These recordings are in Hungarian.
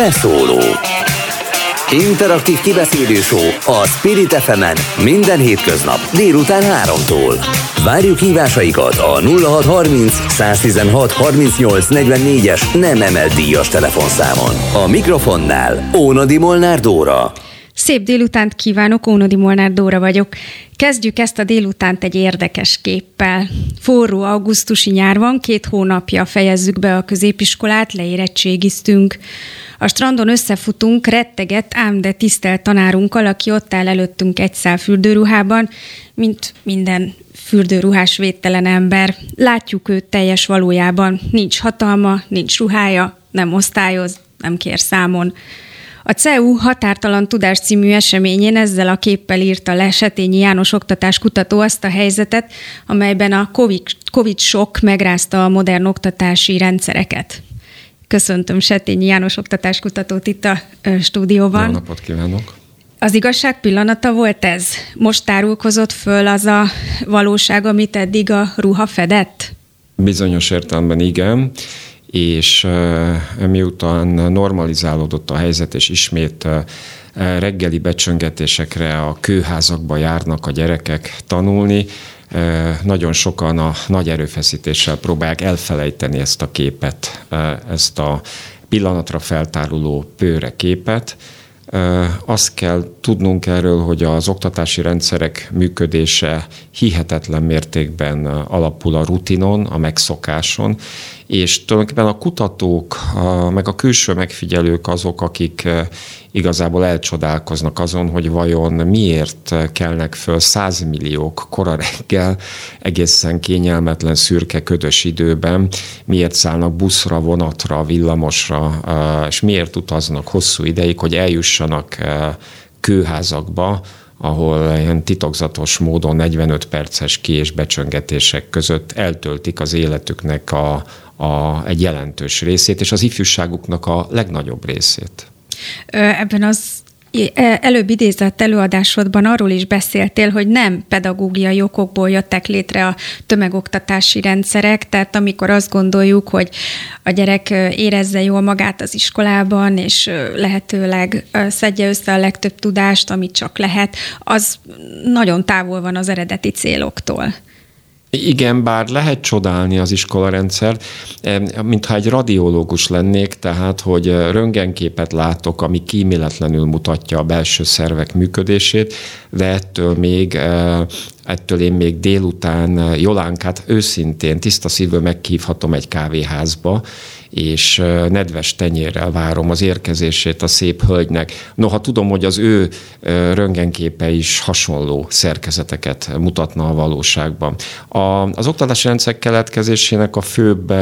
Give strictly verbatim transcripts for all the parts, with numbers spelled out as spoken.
Beszóló. Interaktív kibeszélő show a Spirit ef emen minden hétköznap délután háromtól. Várjuk hívásaikat a nulla hat harminc száztizenhat harmincnyolc negyvennégyes nem emelt díjas telefonszámon. A mikrofonnál Ónodi Molnár Dóra. Szép délutánt kívánok, Ónodi Molnár Dóra vagyok. Kezdjük ezt a délutánt egy érdekes képpel. Forró augusztusi nyár van, két hónapja fejezzük be a középiskolát, leérettségiztünk. A strandon összefutunk retteget, ám de tisztelt tanárunkkal, aki ott áll előttünk egy szál fürdőruhában, mint minden fürdőruhás védtelen ember. Látjuk őt teljes valójában. Nincs hatalma, nincs ruhája, nem osztályoz, nem kér számon. A cé e u Határtalan Tudás című eseményén ezzel a képpel írta le Setényi János oktatáskutató azt a helyzetet, amelyben a Covid-sok megrázta a modern oktatási rendszereket. Köszöntöm Setényi János oktatáskutatót itt a stúdióban. Jó napot kívánok! Az igazság pillanata volt ez? Most tárulkozott föl az a valóság, amit eddig a ruha fedett? Bizonyos értelemben igen, és miután normalizálódott a helyzet, és ismét reggeli becsöngetésekre a kőházakba járnak a gyerekek tanulni, nagyon sokan a nagy erőfeszítéssel próbálják elfelejteni ezt a képet, ezt a pillanatra feltáruló pőre képet. Azt kell tudnunk erről, hogy az oktatási rendszerek működése hihetetlen mértékben alapul a rutinon, a megszokáson, és tulajdonképpen a kutatók, a, meg a külső megfigyelők azok, akik igazából elcsodálkoznak azon, hogy vajon miért kelnek föl százmilliók kora reggel egészen kényelmetlen, szürke, ködös időben, miért szállnak buszra, vonatra, villamosra, és miért utaznak hosszú ideig, hogy eljussanak kőházakba, ahol ilyen titokzatos módon negyvenöt perces ki- és becsöngetések között eltöltik az életüknek a, a, egy jelentős részét, és az ifjúságuknak a legnagyobb részét. Ebben az előbb idézett előadásodban arról is beszéltél, hogy nem pedagógiai okokból jöttek létre a tömegoktatási rendszerek, tehát amikor azt gondoljuk, hogy a gyerek érezze jól magát az iskolában, és lehetőleg szedje össze a legtöbb tudást, amit csak lehet, az nagyon távol van az eredeti céloktól. Igen, bár lehet csodálni az iskolarendszert, mintha egy radiológus lennék, tehát, hogy röntgenképet látok, ami kíméletlenül mutatja a belső szervek működését, de ettől még, ettől én még délután Jolánkát őszintén, tiszta szívből meghívhatom egy kávéházba, és nedves tenyérrel várom az érkezését a szép hölgynek. Noha tudom, hogy az ő röntgenképe is hasonló szerkezeteket mutatna a valóságban. A, az oktatási rendszer keletkezésének a főbb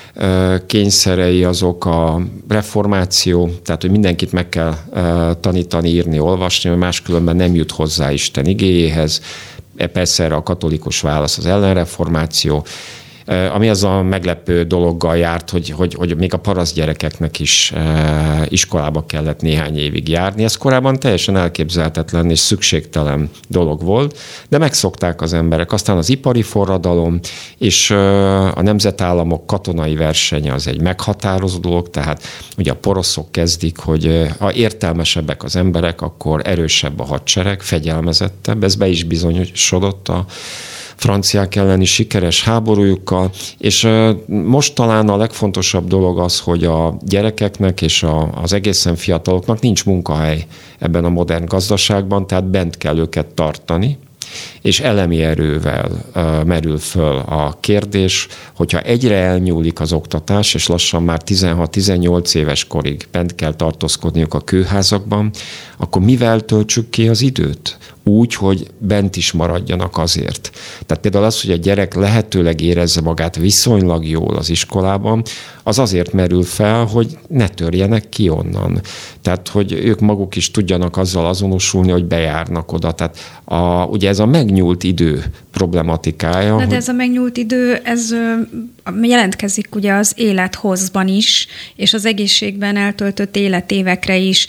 kényszerei azok a reformáció, tehát hogy mindenkit meg kell tanítani, írni, olvasni, mert máskülönben nem jut hozzá Isten igéjéhez. Persze erre a katolikus válasz az ellenreformáció, ami az a meglepő dologgal járt, hogy, hogy, hogy még a paraszt gyerekeknek is e, iskolába kellett néhány évig járni. Ez korábban teljesen elképzelhetetlen és szükségtelen dolog volt, de megszokták az emberek. Aztán az ipari forradalom és e, a nemzetállamok katonai versenye az egy meghatározó dolog, tehát ugye a poroszok kezdik, hogy ha értelmesebbek az emberek, akkor erősebb a hadsereg, fegyelmezettebb. Ez be is bizonyosodott a franciák elleni sikeres háborújukkal, és most talán a legfontosabb dolog az, hogy a gyerekeknek és a, az egészen fiataloknak nincs munkahely ebben a modern gazdaságban, tehát bent kell őket tartani, és elemi erővel uh, merül föl a kérdés, hogyha egyre elnyúlik az oktatás, és lassan már tizenhat-tizennyolc éves korig bent kell tartózkodniuk a kőházakban, akkor mivel töltsük ki az időt? Úgy, hogy bent is maradjanak azért. Tehát például az, hogy a gyerek lehetőleg érezze magát viszonylag jól az iskolában, az azért merül fel, hogy ne törjenek ki onnan. Tehát, hogy ők maguk is tudjanak azzal azonosulni, hogy bejárnak oda. Tehát a, ugye ez a megnyúlt idő problematikája. De, hogy... de ez a megnyúlt idő, ez jelentkezik ugye az élethozban is, és az egészségben eltöltött életévekre is.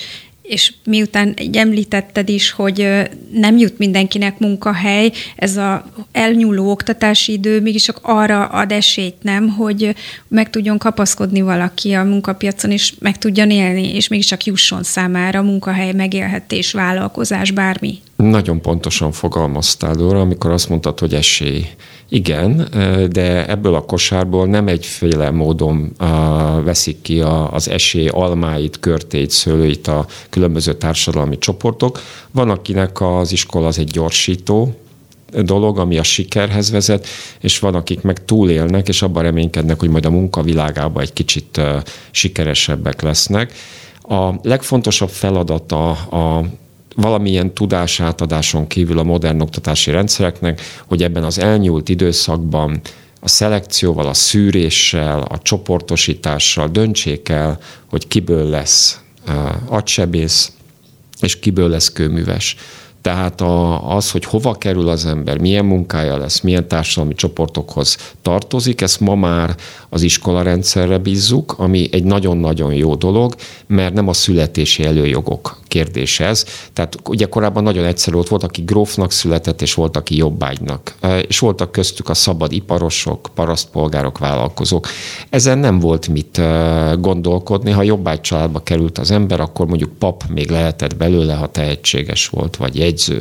És miután így említetted is, hogy nem jut mindenkinek munkahely, ez az elnyúló oktatási idő mégis csak arra ad esélyt, nem, hogy meg tudjon kapaszkodni valaki a munkapiacon, és meg tudjon élni, és mégiscsak jusson számára munkahely, megélhetés, vállalkozás, bármi. Nagyon pontosan fogalmaztál, Dóra, amikor azt mondtad, hogy esély. Igen, de ebből a kosárból nem egyféle módon veszik ki az esély almáit, körtét, szőlőit a különböző társadalmi csoportok. Van, akinek az iskola az egy gyorsító dolog, ami a sikerhez vezet, és van, akik meg túlélnek, és abban reménykednek, hogy majd a munkavilágában egy kicsit sikeresebbek lesznek. A legfontosabb feladata a valamilyen tudásátadáson kívül a modern oktatási rendszereknek, hogy ebben az elnyúlt időszakban a szelekcióval, a szűréssel, a csoportosítással döntsék el, hogy kiből lesz agysebész, és kiből lesz kőműves. Tehát az, hogy hova kerül az ember, milyen munkája lesz, milyen társadalmi csoportokhoz tartozik, ezt ma már az iskolarendszerre bízzuk, ami egy nagyon-nagyon jó dolog, mert nem a születési előjogok kérdés ez. Tehát ugye korábban nagyon egyszerű volt, volt, aki grófnak született, és volt, aki jobbágynak. És voltak köztük a szabad iparosok, parasztpolgárok, vállalkozók. Ezen nem volt mit gondolkodni. Ha jobbágy családba került az ember, akkor mondjuk pap még lehetett belőle, ha tehetséges volt, vagy jegyző.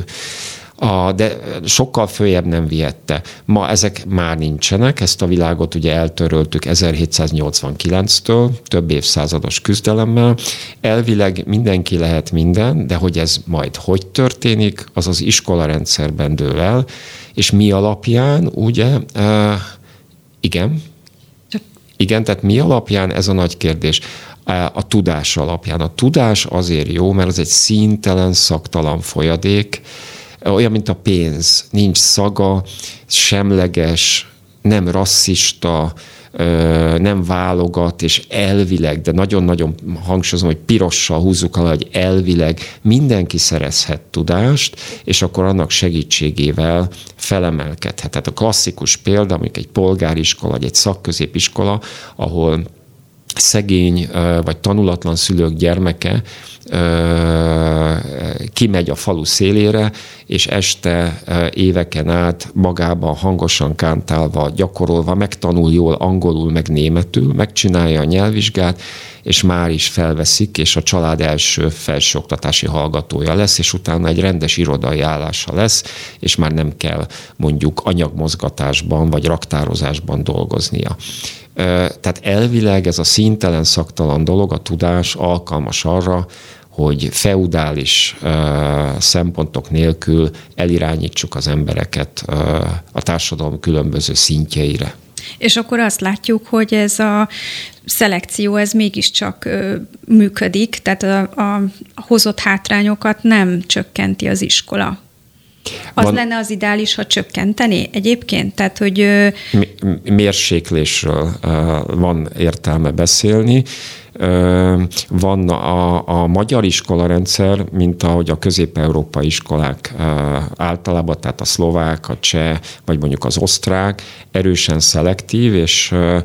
A, de sokkal följebb nem vihette. Ma ezek már nincsenek, ezt a világot ugye eltöröltük ezerhétszáznyolcvankilenctől, több évszázados küzdelemmel. Elvileg mindenki lehet minden, de hogy ez majd hogy történik, az az iskolarendszerben dől el, és mi alapján, ugye, uh, igen, igen, tehát mi alapján ez a nagy kérdés. A tudás alapján. A tudás azért jó, mert ez egy színtelen, szaktalan folyadék, olyan, mint a pénz. Nincs szaga, semleges, nem rasszista, nem válogat, és elvileg, de nagyon-nagyon hangsúlyozom, hogy pirossal húzzuk alá, hogy elvileg mindenki szerezhet tudást, és akkor annak segítségével felemelkedhet. Tehát a klasszikus példa, mondjuk egy polgáriskola, vagy egy szakközépiskola, ahol szegény vagy tanulatlan szülők gyermeke kimegy a falu szélére, és este éveken át magában hangosan kántálva, gyakorolva, megtanul jól angolul, meg németül, megcsinálja a nyelvvizsgát, és már is felveszik, és a család első felsőoktatási hallgatója lesz, és utána egy rendes irodai állása lesz, és már nem kell mondjuk anyagmozgatásban vagy raktározásban dolgoznia. Tehát elvileg ez a színtelen, szaktalan dolog, a tudás alkalmas arra, hogy feudális uh, szempontok nélkül elirányítsuk az embereket uh, a társadalom különböző szintjeire. És akkor azt látjuk, hogy ez a szelekció, ez mégiscsak ö, működik, tehát a, a hozott hátrányokat nem csökkenti az iskola. Az van, lenne az ideális, ha csökkenteni egyébként? Tehát, hogy... Ö... Mérséklésről uh, van értelme beszélni. Uh, van a, a magyar iskolarendszer, mint ahogy a közép-európai iskolák uh, általában, tehát a szlovák, a cseh, vagy mondjuk az osztrák, erősen szelektív, és uh,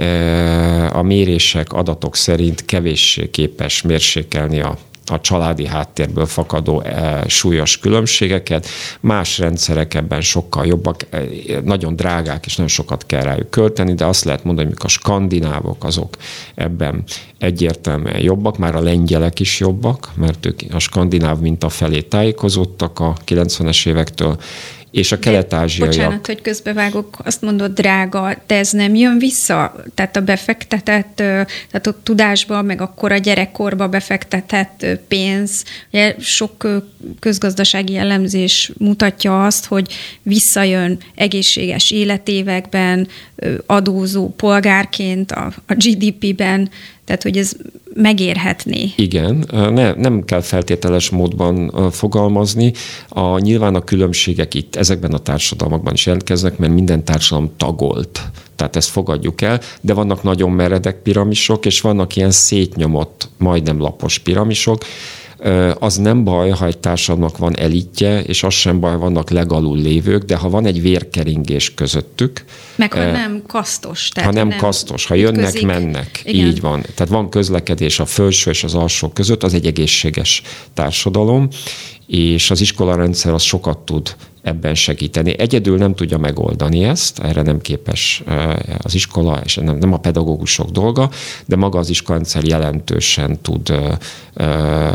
uh, a mérések, adatok szerint kevéssé képes mérsékelni a a családi háttérből fakadó e, súlyos különbségeket. Más rendszerek ebben sokkal jobbak, e, nagyon drágák, és nagyon sokat kell rájuk költeni, de azt lehet mondani, hogy a skandinávok azok ebben egyértelműen jobbak, már a lengyelek is jobbak, mert ők a skandináv minta felé tájékozódtak a kilencvenes évektől, és a kelet-ázsiaiak. Bocsánat, hogy közbevágok, azt mondod, drága, de ez nem jön vissza? Tehát a befektetett, tehát a tudásba, meg akkor a gyerekkorba befektetett pénz, ugye sok közgazdasági elemzés mutatja azt, hogy visszajön egészséges életévekben, adózó polgárként, a, a gé dé pé-ben, tehát hogy ez megérhetné. Igen, ne, nem kell feltételes módban fogalmazni. A, nyilván a különbségek itt ezekben a társadalmakban is jelentkeznek, mert minden társadalom tagolt. Tehát ezt fogadjuk el, de vannak nagyon meredek piramisok, és vannak ilyen szétnyomott, majdnem lapos piramisok. Az nem baj, ha egy társadalomnak van elitje, és az sem baj, vannak legalul lévők, de ha van egy vérkeringés közöttük. Meg ha nem kasztos. Tehát ha nem, nem kasztos, ha jönnek, közik. mennek. Igen. Így van. Tehát van közlekedés a felső és az alsó között, az egy egészséges társadalom, és az iskolarendszer az sokat tud ebben segíteni. Egyedül nem tudja megoldani ezt, erre nem képes az iskola, és nem, nem a pedagógusok dolga, de maga az iskolarendszer jelentősen tud uh, uh,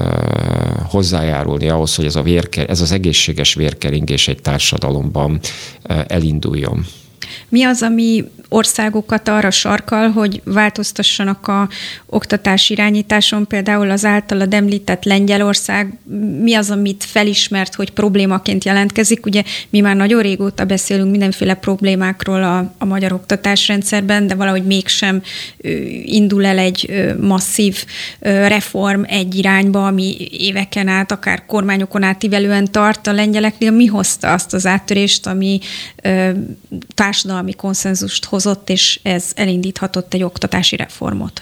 hozzájárulni ahhoz, hogy ez, a vérker, ez az egészséges vérkeringés egy társadalomban uh, elinduljon. Mi az, ami országokat arra sarkal, hogy változtassanak a oktatás irányításon, például az általad említett Lengyelország, mi az, amit felismert, hogy problémaként jelentkezik? Ugye mi már nagyon régóta beszélünk mindenféle problémákról a, a magyar oktatásrendszerben, de valahogy mégsem ö, indul el egy ö, masszív ö, reform egy irányba, ami éveken át, akár kormányokon átívelően tart. A lengyeleknél mi hozta azt az áttörést, ami ö, társadalmi konszenzust hozott, és ez elindíthatott egy oktatási reformot?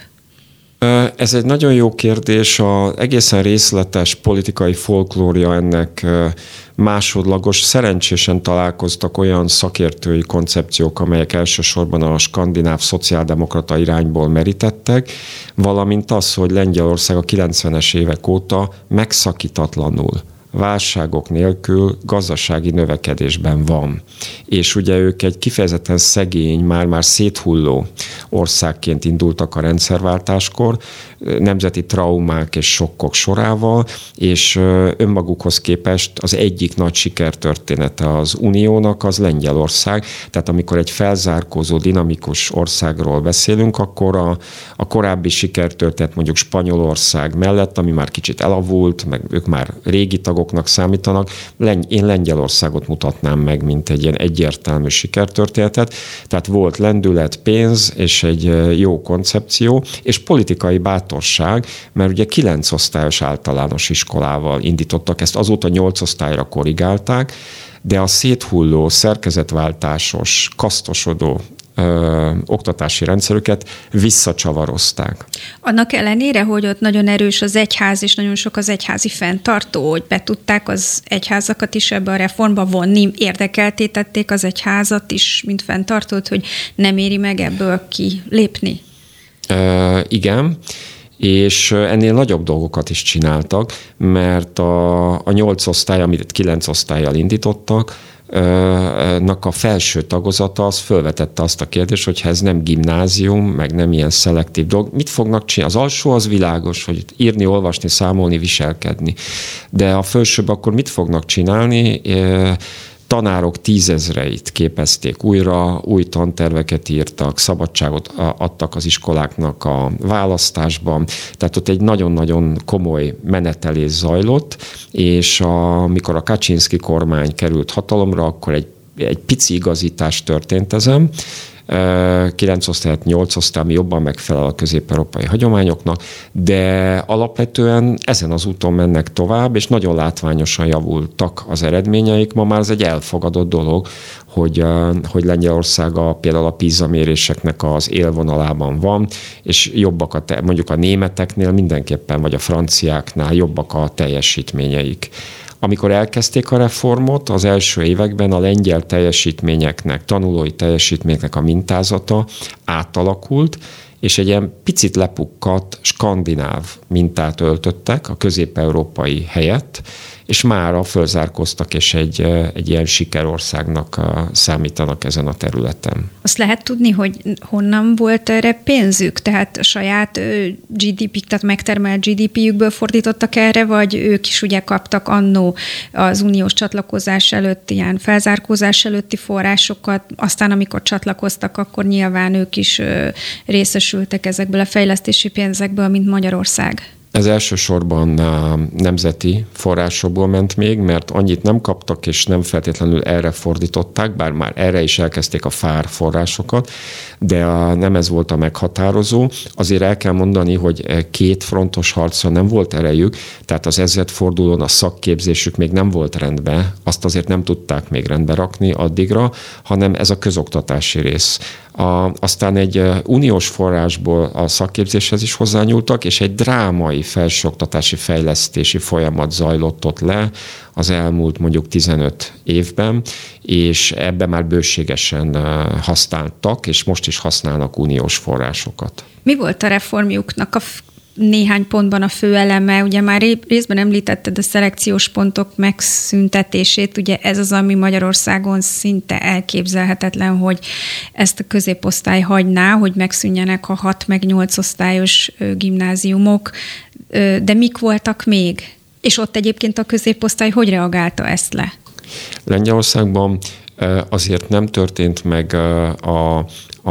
Ez egy nagyon jó kérdés. Az egészen részletes politikai folklórja ennek másodlagos. Szerencsésen találkoztak olyan szakértői koncepciók, amelyek elsősorban a skandináv szociáldemokrata irányból merítettek, valamint az, hogy Lengyelország a kilencvenes évek óta megszakítatlanul, válságok nélkül gazdasági növekedésben van. És ugye ők egy kifejezetten szegény, már-már széthulló országként indultak a rendszerváltáskor, nemzeti traumák és sokkok sorával, és önmagukhoz képest az egyik nagy sikertörténete az Uniónak az Lengyelország. Tehát amikor egy felzárkózó, dinamikus országról beszélünk, akkor a, a korábbi sikertörténet mondjuk Spanyolország mellett, ami már kicsit elavult, meg ők már régi tagoknak számítanak, én Lengyelországot mutatnám meg, mint egy ilyen egyértelmű sikertörténetet. Tehát volt lendület, pénz és egy jó koncepció, és politikai bátorság, mert ugye kilenc osztályos általános iskolával indítottak, ezt azóta nyolc osztályra korrigálták, de a széthulló, szerkezetváltásos, kasztosodó Ö, oktatási rendszerüket visszacsavarozták. Annak ellenére, hogy ott nagyon erős az egyház, és nagyon sok az egyházi fenntartó, hogy be tudták az egyházakat is ebbe a reformba vonni, érdekeltétették az egyházat is, mint fenntartót, hogy nem éri meg ebből kilépni. Ö, igen, és ennél nagyobb dolgokat is csináltak, mert a, a nyolc osztály, amit kilenc osztállyal indítottak, nak a felső tagozata az fölvetette azt a kérdést, hogy ha ez nem gimnázium, meg nem ilyen szelektív dolog, mit fognak csinálni? Az alsó az világos, hogy írni, olvasni, számolni, viselkedni. De a felsőbb akkor mit fognak csinálni? Tanárok tízezreit képezték újra, új tanterveket írtak, szabadságot adtak az iskoláknak a választásban, tehát ott egy nagyon-nagyon komoly menetelés zajlott, és amikor a Kaczynszki kormány került hatalomra, akkor egy, egy pici igazítás történt ezen, kilenc osztályt, nyolc osztály, ami jobban megfelel a közép-európai hagyományoknak, de alapvetően ezen az úton mennek tovább, és nagyon látványosan javultak az eredményeik. Ma már ez egy elfogadott dolog, hogy, hogy Lengyelország a, például a PISA méréseknek az élvonalában van, és jobbak a, mondjuk a németeknél mindenképpen, vagy a franciáknál jobbak a teljesítményeik. Amikor elkezdték a reformot, az első években a lengyel teljesítményeknek, tanulói teljesítményeknek a mintázata átalakult, és egy ilyen picit lepukkadt skandináv mintát öltöttek a közép-európai helyett, és mára fölzárkóztak, és egy, egy ilyen sikerországnak számítanak ezen a területen. Azt lehet tudni, hogy honnan volt erre pénzük? Tehát a saját gé dé pé, tehát megtermelt gé dé pé-jükből fordítottak erre, vagy ők is ugye kaptak annó az uniós csatlakozás előtt, ilyen felzárkózás előtti forrásokat, aztán amikor csatlakoztak, akkor nyilván ők is részesültek ezekből a fejlesztési pénzekből, mint Magyarország. Ez elsősorban nemzeti forrásokból ment még, mert annyit nem kaptak, és nem feltétlenül erre fordították, bár már erre is elkezdték a fár forrásokat, de a, nem ez volt a meghatározó. Azért el kell mondani, hogy két frontos harcra nem volt erejük, tehát az ezredfordulón a szakképzésük még nem volt rendben, azt azért nem tudták még rendbe rakni addigra, hanem ez a közoktatási rész. A, aztán egy uniós forrásból a szakképzéshez is hozzányúltak, és egy drámai felsőoktatási fejlesztési folyamat zajlott ott le az elmúlt mondjuk tizenöt évben, és ebben már bőségesen használtak, és most is használnak uniós forrásokat. Mi volt a reformjuknak a néhány pontban a fő eleme? Ugye már részben említetted a szelekciós pontok megszüntetését, ugye ez az, ami Magyarországon szinte elképzelhetetlen, hogy ezt a középosztály hagyná, hogy megszűnjenek a hat meg nyolc osztályos gimnáziumok, de mik voltak még? És ott egyébként a középosztály hogy reagálta ezt le? Lengyelországban azért nem történt meg a A,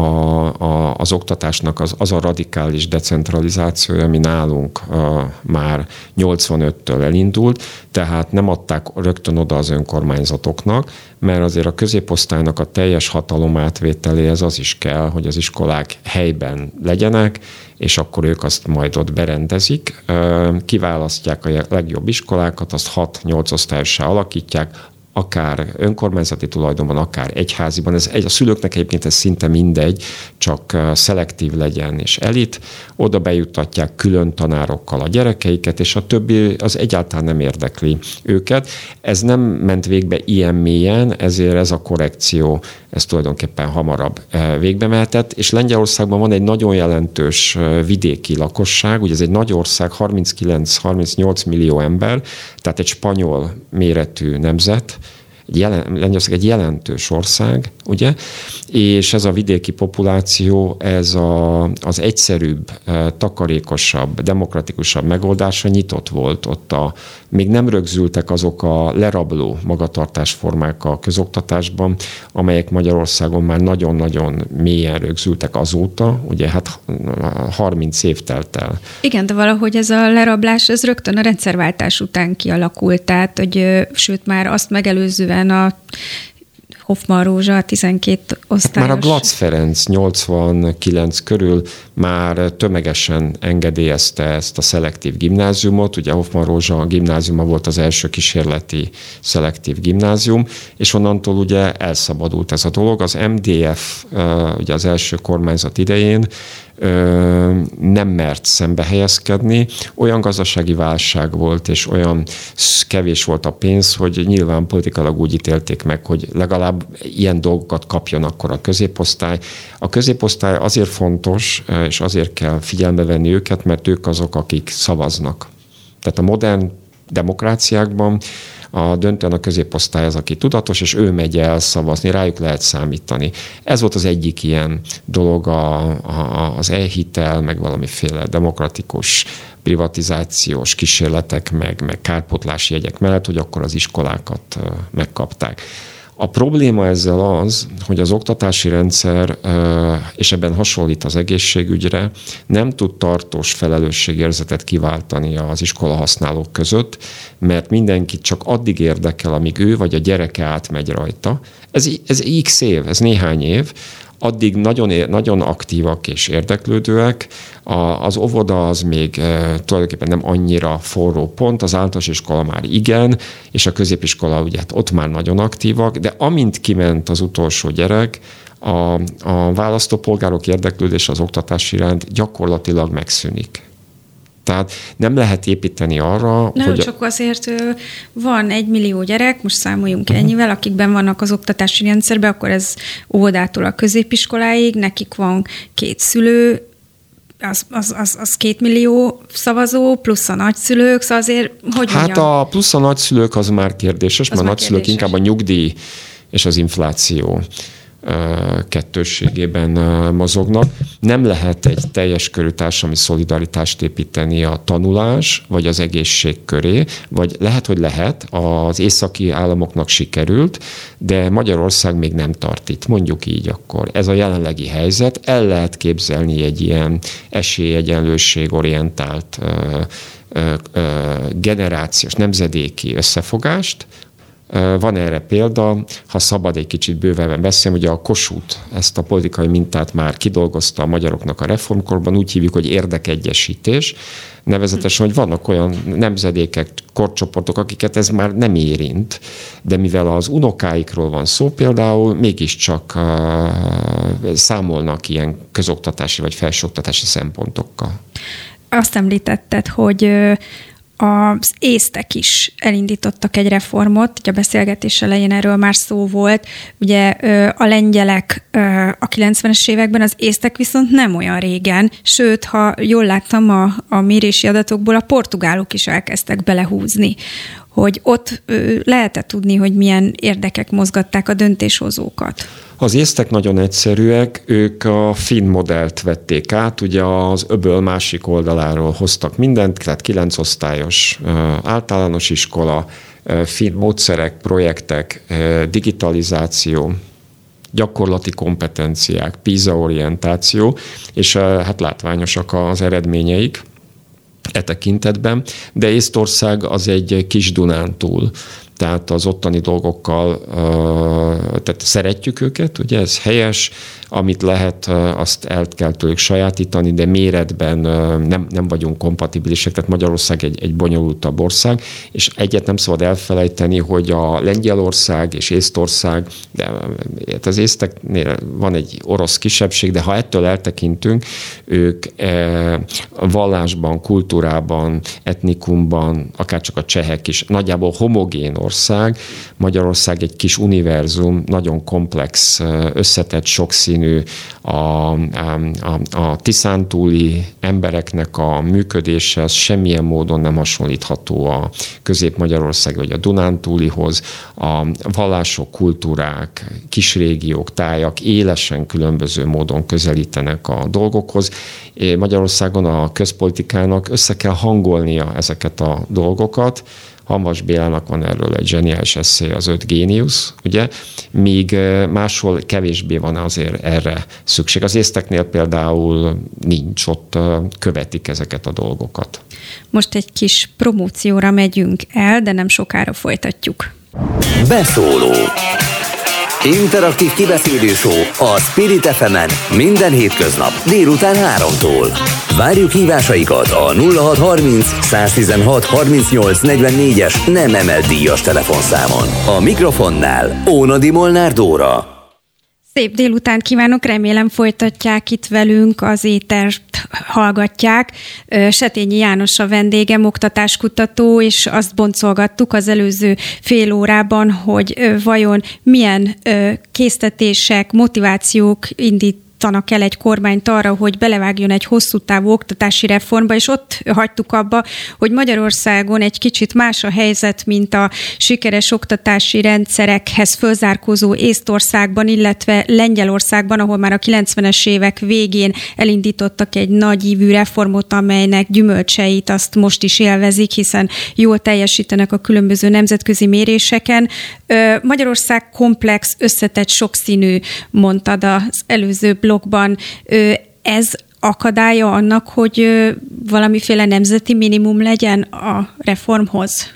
a, az oktatásnak az, az a radikális decentralizációja, ami nálunk a, már nyolcvanöttől elindult, tehát nem adták rögtön oda az önkormányzatoknak, mert azért a középosztálynak a teljes hatalomátvételéhez az is kell, hogy az iskolák helyben legyenek, és akkor ők azt majd ott berendezik, kiválasztják a legjobb iskolákat, azt hat-nyolc osztályossá alakítják, akár önkormányzati tulajdonban, akár egyháziban. Ez egy, a szülőknek egyébként ez szinte mindegy, csak szelektív legyen és elit. Oda bejuttatják külön tanárokkal a gyerekeiket, és a többi az egyáltalán nem érdekli őket. Ez nem ment végbe ilyen mélyen, ezért ez a korrekció, ez tulajdonképpen hamarabb végbe mehetett, és Lengyelországban van egy nagyon jelentős vidéki lakosság, ugye ez egy nagy ország, harminckilenc-harmincnyolc millió ember, tehát egy spanyol méretű nemzet, egy jelen, Lengyelország egy jelentős ország, ugye, és ez a vidéki populáció, ez a, az egyszerűbb, takarékosabb, demokratikusabb megoldásra nyitott volt. Ott a, még nem rögzültek azok a lerabló magatartásformák a közoktatásban, amelyek Magyarországon már nagyon-nagyon mélyen rögzültek azóta, ugye hát harminc év telt el. Igen, de valahogy ez a lerablás, ez rögtön a rendszerváltás után kialakult, tehát, hogy sőt már azt megelőzően a Hoffmann Rózsa, a tizenkét osztályos. Már a Glatz Ferenc nyolcvankilenc körül már tömegesen engedélyezte ezt a szelektív gimnáziumot. Ugye Hoffmann Rózsa gimnáziuma volt az első kísérleti szelektív gimnázium, és onnantól ugye elszabadult ez a dolog. Az em dé ef, ugye az első kormányzat idején nem mert szembe helyezkedni. Olyan gazdasági válság volt, és olyan kevés volt a pénz, hogy nyilván politikailag úgy ítélték meg, hogy legalább ilyen dolgokat kapjon akkor a középosztály. A középosztály azért fontos, és azért kell figyelme venni őket, mert ők azok, akik szavaznak. Tehát a modern demokráciákban a döntően a középosztály az, aki tudatos, és ő megy el szavazni, rájuk lehet számítani. Ez volt az egyik ilyen dolog a, a, az e-hitel, meg valamiféle demokratikus privatizációs kísérletek, meg, meg kárpótlási jegyek mellett, hogy akkor az iskolákat megkapták. A probléma ezzel az, hogy az oktatási rendszer, és ebben hasonlít az egészségügyre, nem tud tartós felelősségérzetet kiváltani az iskola használók között, mert mindenkit csak addig érdekel, amíg ő vagy a gyereke átmegy rajta. Ez, ez x év, ez néhány év, addig nagyon, nagyon aktívak és érdeklődőek. A, az óvoda az még e, tulajdonképpen nem annyira forró pont, az általános iskola már igen, és a középiskola ugye hát ott már nagyon aktívak, de amint kiment az utolsó gyerek, a, a választópolgárok érdeklődése az oktatás iránt gyakorlatilag megszűnik. Tehát nem lehet építeni arra, nem, hogy... csak azért van egy millió gyerek, most számoljunk uh-huh. ennyivel, akikben vannak az oktatási rendszerben, akkor ez óvodától a középiskoláig, nekik van két szülő, az, az, az, az két millió szavazó, plusz a nagyszülők, szóval azért, hogy Hát mondjam? a plusz a nagyszülők az már kérdéses, az mert a nagyszülők kérdéses. Inkább a nyugdíj és az infláció kettősségében mozognak. Nem lehet egy teljes körű társadalmi szolidaritást építeni a tanulás vagy az egészség köré, vagy lehet, hogy lehet, az északi államoknak sikerült, de Magyarország még nem tart itt, mondjuk így akkor. Ez a jelenlegi helyzet, el lehet képzelni egy ilyen esélyegyenlőség-orientált generációs, nemzedéki összefogást, Van erre példa, ha szabad egy kicsit bővebben beszélni, ugye a Kossuth ezt a politikai mintát már kidolgozta a magyaroknak a reformkorban, úgy hívjuk, hogy érdekegyesítés, nevezetesen, hogy vannak olyan nemzedékek, korcsoportok, akiket ez már nem érint, de mivel az unokáikról van szó például, mégiscsak uh, számolnak ilyen közoktatási vagy felsőoktatási szempontokkal. Azt említetted, hogy az észtek is elindítottak egy reformot, ugye a beszélgetés elején erről már szó volt, ugye a lengyelek a kilencvenes években, az észtek viszont nem olyan régen, sőt, ha jól láttam a, a mérési adatokból, a portugálok is elkezdtek belehúzni, hogy ott lehetett tudni, hogy milyen érdekek mozgatták a döntéshozókat. Az észtek nagyon egyszerűek, ők a finn modellt vették át, ugye az öböl másik oldaláról hoztak mindent, tehát kilenc osztályos általános iskola, finn módszerek, projektek, digitalizáció, gyakorlati kompetenciák, PISA-orientáció, és hát látványosak az eredményeik e tekintetben, de Észtország az egy kis Dunántúl, tehát az ottani dolgokkal, tehát szeretjük őket, ugye ez helyes, amit lehet, azt el kell tőlük sajátítani, de méretben nem, nem vagyunk kompatibilisek, tehát Magyarország egy, egy bonyolultabb ország, és egyet nem szabad elfelejteni, hogy a Lengyelország és Észtország, de az észteknél van egy orosz kisebbség, de ha ettől eltekintünk, ők vallásban, kultúrában, etnikumban, akár csak a csehek is, nagyjából homogén ország, Magyarország egy kis univerzum, nagyon komplex, összetett, sokszínű, A, a, a, a tiszántúli embereknek a működése az semmilyen módon nem hasonlítható a Közép-Magyarország vagy a Dunántúlihoz. A vallások, kultúrák, kisrégiók, tájak élesen különböző módon közelítenek a dolgokhoz. Magyarországon a közpolitikának össze kell hangolnia ezeket a dolgokat. Hamvas Bélának van erről egy zseniális esszé, az öt géniusz, ugye, míg máshol kevésbé van azért erre szükség. Az észteknél például nincs, ott követik ezeket a dolgokat. Most egy kis promócióra megyünk el, de nem sokára folytatjuk. Beszóló. Interaktív kibeszélő show a Spirit ef emen minden hétköznap délután háromtól. Várjuk hívásaikat a nulla hat harminc száztizenhat harmincnyolc negyvennégyes nem emelt díjas telefonszámon. A mikrofonnál Ónodi Molnár Dóra. Szép délután kívánok, remélem folytatják itt velünk, az étert hallgatják. Setényi János a vendégem, oktatáskutató, és azt boncolgattuk az előző fél órában, hogy vajon milyen késztetések, motivációk indít el egy kormányt arra, hogy belevágjon egy hosszú távú oktatási reformba, és ott hagytuk abba, hogy Magyarországon egy kicsit más a helyzet, mint a sikeres oktatási rendszerekhez fölzárkózó Észtországban, illetve Lengyelországban, ahol már a kilencvenes évek végén elindítottak egy nagyívű reformot, amelynek gyümölcseit azt most is élvezik, hiszen jól teljesítenek a különböző nemzetközi méréseken. Magyarország komplex, összetett, sokszínű, mondtad az előző blogban. Ez akadálya annak, hogy valamiféle nemzeti minimum legyen a reformhoz?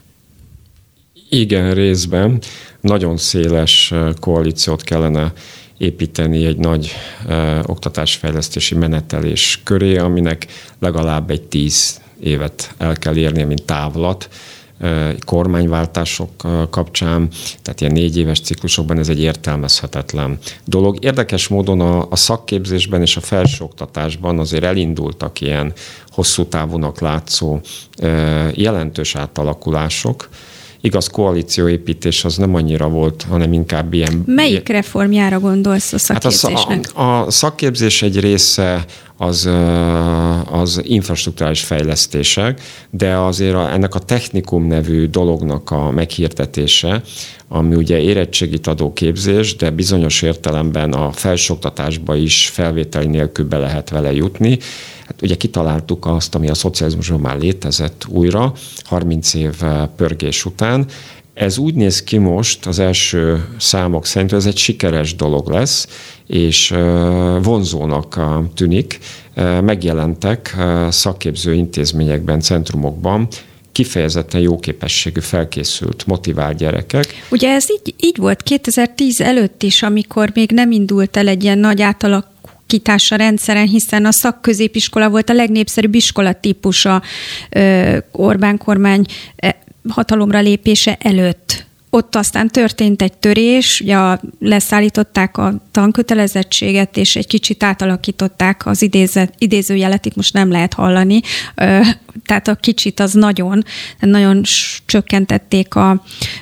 Igen, részben. Nagyon széles koalíciót kellene építeni egy nagy ö, oktatásfejlesztési menetelés köré, aminek legalább egy tíz évet el kell érnie, mint távlat, kormányváltások kapcsán, tehát ilyen négy éves ciklusokban ez egy értelmezhetetlen dolog. Érdekes módon a, a szakképzésben és a felsőoktatásban azért elindultak ilyen hosszú távúnak látszó jelentős átalakulások. Igaz, koalícióépítés az nem annyira volt, hanem inkább ilyen... Melyik reformjára gondolsz a szakképzésnek? Hát a, a szakképzés egy része az, az infrastrukturális fejlesztések, de azért a, ennek a technikum nevű dolognak a meghirdetése, ami ugye érettségit adó képzés, de bizonyos értelemben a felsőoktatásba is felvételi nélkül be lehet vele jutni. Hát ugye kitaláltuk azt, ami a szocializmusban már létezett újra, harminc év pörgés után. Ez úgy néz ki most az első számok szerint, hogy ez egy sikeres dolog lesz, és vonzónak tűnik. Megjelentek szakképző intézményekben, centrumokban kifejezetten jó képességű, felkészült, motivált gyerekek. Ugye ez így, így volt kétezer-tíz előtt is, amikor még nem indult el egy ilyen nagy átalakítás a rendszeren, hiszen a szakközépiskola volt a legnépszerűbb iskolatípusa Orbán kormány hatalomra lépése előtt. Ott aztán történt egy törés, ugye leszállították a tankötelezettséget, és egy kicsit átalakították az idézet, idézőjelet, itt most nem lehet hallani, tehát a kicsit az nagyon, nagyon csökkentették a,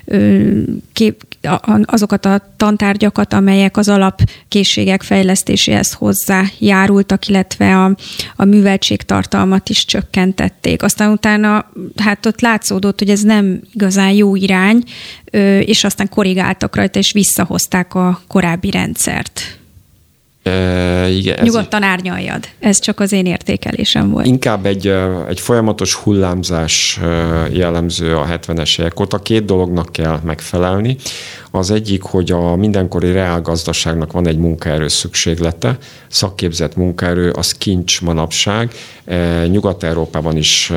azokat a tantárgyakat, amelyek az alapkészségek fejlesztéséhez hozzájárultak, illetve a, a műveltségtartalmat is csökkentették. Aztán utána, hát ott látszódott, hogy ez nem igazán jó irány, és aztán korrigáltak rajta, és visszahozták a korábbi rendszert. E, igen, Nyugodtan árnyaljad. Ez csak az én értékelésem volt. Inkább egy, egy folyamatos hullámzás jellemző a hetvenes évek óta. Két dolognak kell megfelelni. Az egyik, hogy a mindenkori reálgazdaságnak van egy munkaerő szükséglete, szakképzett munkaerő, az kincs manapság, Nyugat-Európában is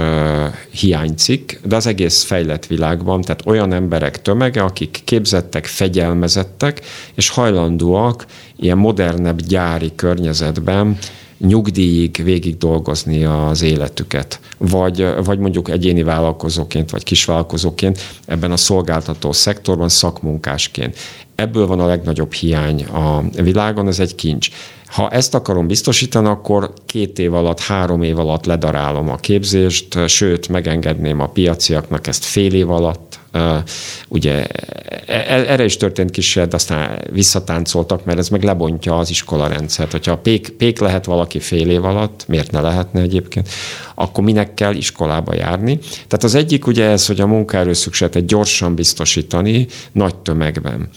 hiányzik, de az egész fejlett világban, tehát olyan emberek tömege, akik képzettek, fegyelmezettek, és hajlandóak ilyen modernebb gyári környezetben nyugdíjig végig dolgozni az életüket. Vagy, vagy mondjuk egyéni vállalkozóként, vagy kisvállalkozóként ebben a szolgáltató szektorban szakmunkásként. Ebből van a legnagyobb hiány a világon, ez egy kincs. Ha ezt akarom biztosítani, akkor két év alatt, három év alatt ledarálom a képzést, sőt, megengedném a piaciaknak ezt fél év alatt. Ugye erre is történt kísérlet, aztán visszatáncoltak, mert ez meg lebontja az iskolarendszert. Hogyha pék, pék lehet valaki fél év alatt, miért ne lehetne egyébként, akkor minek kell iskolába járni. Tehát az egyik ugye ez, hogy a munkaerő szükségletet gyorsan biztosítani nagy tömegben.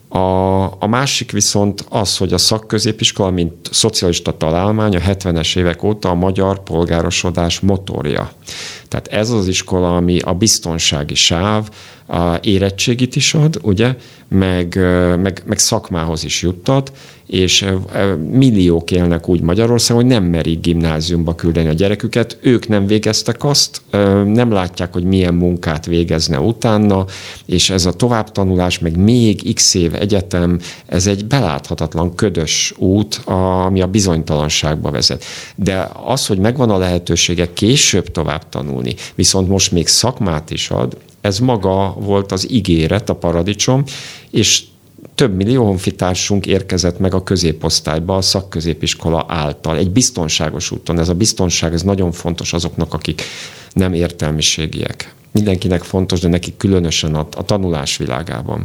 A, a másik viszont az, hogy a szakközépiskola, mint szocialista találmány a hetvenes évek óta a magyar polgárosodás motorja. Tehát ez az iskola, ami a biztonsági sáv, a érettségit is ad, ugye, meg, meg, meg szakmához is juttat, és milliók élnek úgy Magyarországon, hogy nem merik gimnáziumba küldeni a gyereküket, ők nem végeztek azt, nem látják, hogy milyen munkát végezne utána, és ez a továbbtanulás, meg még x év egyetem, ez egy beláthatatlan ködös út, ami a bizonytalanságba vezet. De az, hogy megvan a lehetősége később tovább tanulni, viszont most még szakmát is ad, ez maga volt az ígéret, a paradicsom, és több millió honfitársunk érkezett meg a középosztályba a szakközépiskola által. Egy biztonságos úton. Ez a biztonság, ez nagyon fontos azoknak, akik nem értelmiségiek. Mindenkinek fontos, de nekik különösen a, a tanulás világában.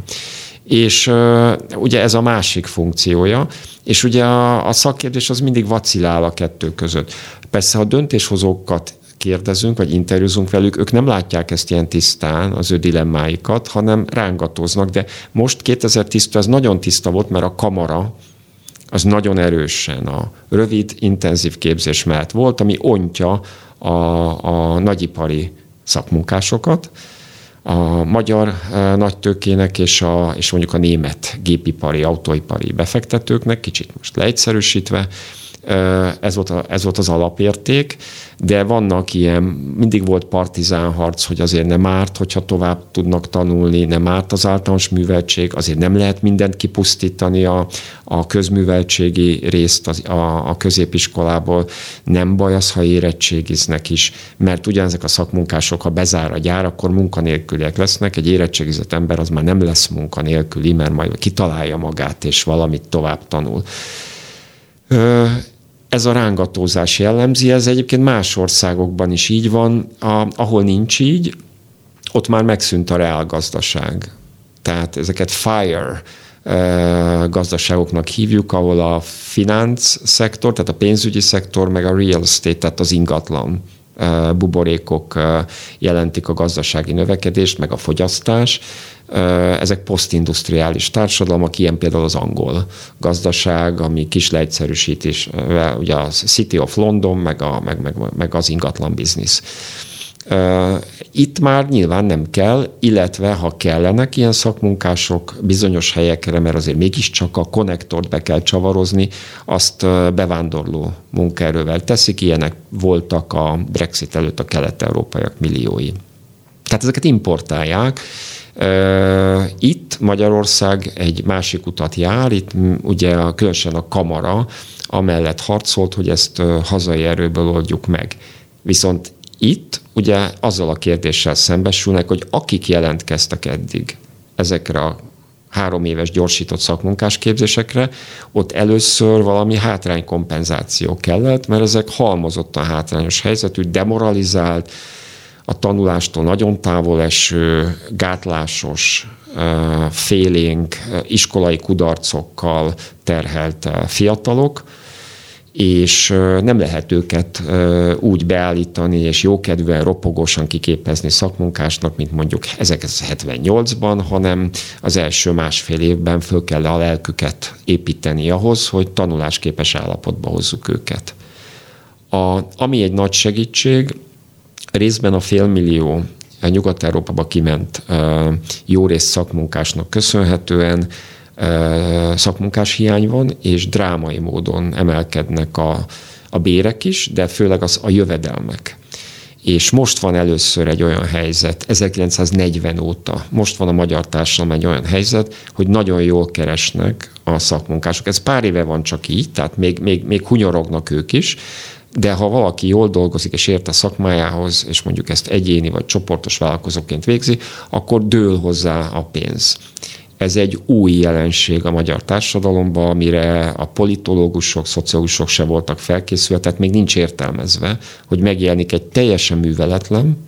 És uh, ugye ez a másik funkciója, és ugye a, a szakkérdés az mindig vacilál a kettő között. Persze, ha döntéshozókat kérdezünk, vagy interjúzunk velük, ők nem látják ezt ilyen tisztán, az ő dilemmáikat, hanem rángatóznak, de most kétezer-tíztől ez nagyon tiszta volt, mert a kamara az nagyon erősen a rövid, intenzív képzés mellett volt, ami ontja a, a nagyipari szakmunkásokat, a magyar nagytőkének és, a, és mondjuk a német gépipari, autóipari befektetőknek, kicsit most leegyszerűsítve, Ez volt, a, ez volt az alapérték, de vannak ilyen, mindig volt partizánharc, hogy azért nem árt, hogyha tovább tudnak tanulni, nem árt az általános műveltség, azért nem lehet mindent kipusztítani a, a közműveltségi részt az, a, a középiskolából, nem baj az, ha érettségiznek is, mert ugyanezek a szakmunkások, ha bezár a gyár, akkor munkanélküliek lesznek, egy érettségizett ember az már nem lesz munkanélküli, mert majd kitalálja magát, és valamit tovább tanul. Ez a rángatózás jellemzi, ez egyébként más országokban is így van, a, ahol nincs így, ott már megszűnt a reálgazdaság. Tehát ezeket FIRE gazdaságoknak hívjuk, ahol a finance szektor, tehát a pénzügyi szektor, meg a real estate, tehát az ingatlan buborékok jelentik a gazdasági növekedést, meg a fogyasztás. Ezek posztindustriális társadalmak, ilyen például az angol gazdaság, ami kis leegyszerűsítés, ugye a City of London, meg, a, meg, meg, meg az ingatlan biznisz. Itt már nyilván nem kell, illetve ha kellenek ilyen szakmunkások bizonyos helyekre, mert azért mégiscsak a konnektort be kell csavarozni, azt bevándorló munkaerővel teszik. Ilyenek voltak a Brexit előtt a kelet-európaiak milliói. Tehát ezeket importálják. Itt Magyarország egy másik utat jár, itt ugye különösen a kamara amellett harcolt, hogy ezt hazai erőből oldjuk meg. Viszont itt ugye azzal a kérdéssel szembesülnek, hogy akik jelentkeztek eddig ezekre a három éves gyorsított szakmunkásképzésekre, ott először valami hátránykompenzáció kellett, mert ezek halmozottan hátrányos helyzetű, demoralizált, a tanulástól nagyon távol eső, gátlásos, félénk, iskolai kudarcokkal terhelt fiatalok, és nem lehet őket úgy beállítani, és jókedvűen, ropogósan kiképezni szakmunkásnak, mint mondjuk ezerkilencszázhetvennyolcban, hanem az első másfél évben föl kell a lelküket építeni ahhoz, hogy tanulásképes állapotba hozzuk őket. A, ami egy nagy segítség, részben a félmillió Nyugat-Európába kiment jó rész szakmunkásnak köszönhetően szakmunkás hiány van, és drámai módon emelkednek a, a bérek is, de főleg az, a jövedelmek. És most van először egy olyan helyzet, ezerkilencszáznegyven óta, most van a magyar társadalom egy olyan helyzet, hogy nagyon jól keresnek a szakmunkások. Ez pár éve van csak így, tehát még, még, még hunyorognak ők is, de ha valaki jól dolgozik és ért a szakmájához, és mondjuk ezt egyéni vagy csoportos vállalkozóként végzi, akkor dől hozzá a pénz. Ez egy új jelenség a magyar társadalomban, amire a politológusok, szociológusok se voltak felkészülve, tehát még nincs értelmezve, hogy megjelenik egy teljesen műveletlen,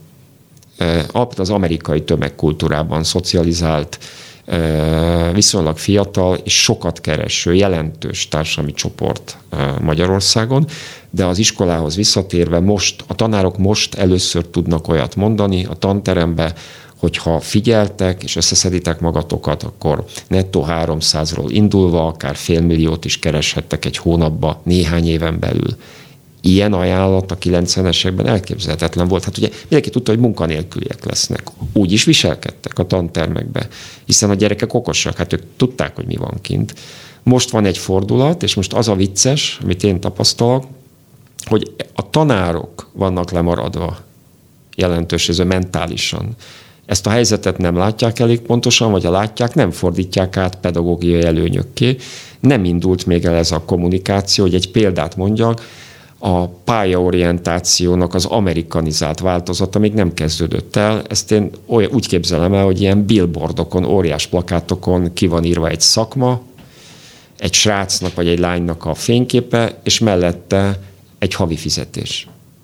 az amerikai tömegkultúrában szocializált, viszonylag fiatal és sokat kereső, jelentős társadalmi csoport Magyarországon, de az iskolához visszatérve most, a tanárok most először tudnak olyat mondani a tanterembe, hogyha figyeltek és összeszeditek magatokat, akkor nettó háromszázról indulva akár félmilliót is kereshettek egy hónapba, néhány éven belül. Ilyen ajánlat a kilencvenesekben elképzelhetetlen volt. Hát ugye mindenki tudta, hogy munkanélküliek lesznek. Úgy is viselkedtek a tantermekbe, hiszen a gyerekek okosak, hát ők tudták, hogy mi van kint. Most van egy fordulat, és most az a vicces, amit én tapasztalok, hogy a tanárok vannak lemaradva jelentős részben mentálisan. Ezt a helyzetet nem látják elég pontosan, vagy ha látják, nem fordítják át pedagógiai előnyökké. Nem indult még el ez a kommunikáció, hogy egy példát mondjak, a pályaorientációnak az amerikanizált változata még nem kezdődött el. Ezt én olyan, úgy képzelem el, hogy ilyen billboardokon, óriás plakátokon ki van írva egy szakma, egy srácnak vagy egy lánynak a fényképe, és mellette egy havi fizetés.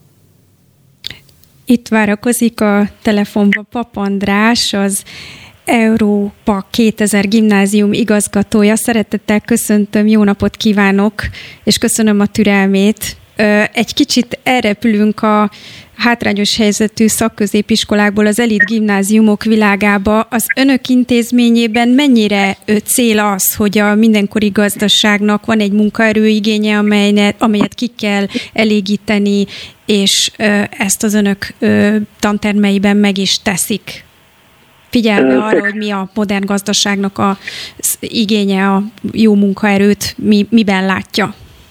Itt várakozik a telefonban Pap András, az Európa kétezer gimnázium igazgatója. Szeretettel köszöntöm, jó napot kívánok, és köszönöm a türelmét. Egy kicsit elrepülünk a hátrányos helyzetű szakközépiskolákból az elit gimnáziumok világába. Az önök intézményében mennyire cél az, hogy a mindenkori gazdaságnak van egy munkaerőigénye, amelyet, amelyet ki kell elégíteni, és ezt az önök tantermeiben meg is teszik? Figyelve arra, hogy mi a modern gazdaságnak az igénye, a jó munkaerőt mi, miben látja?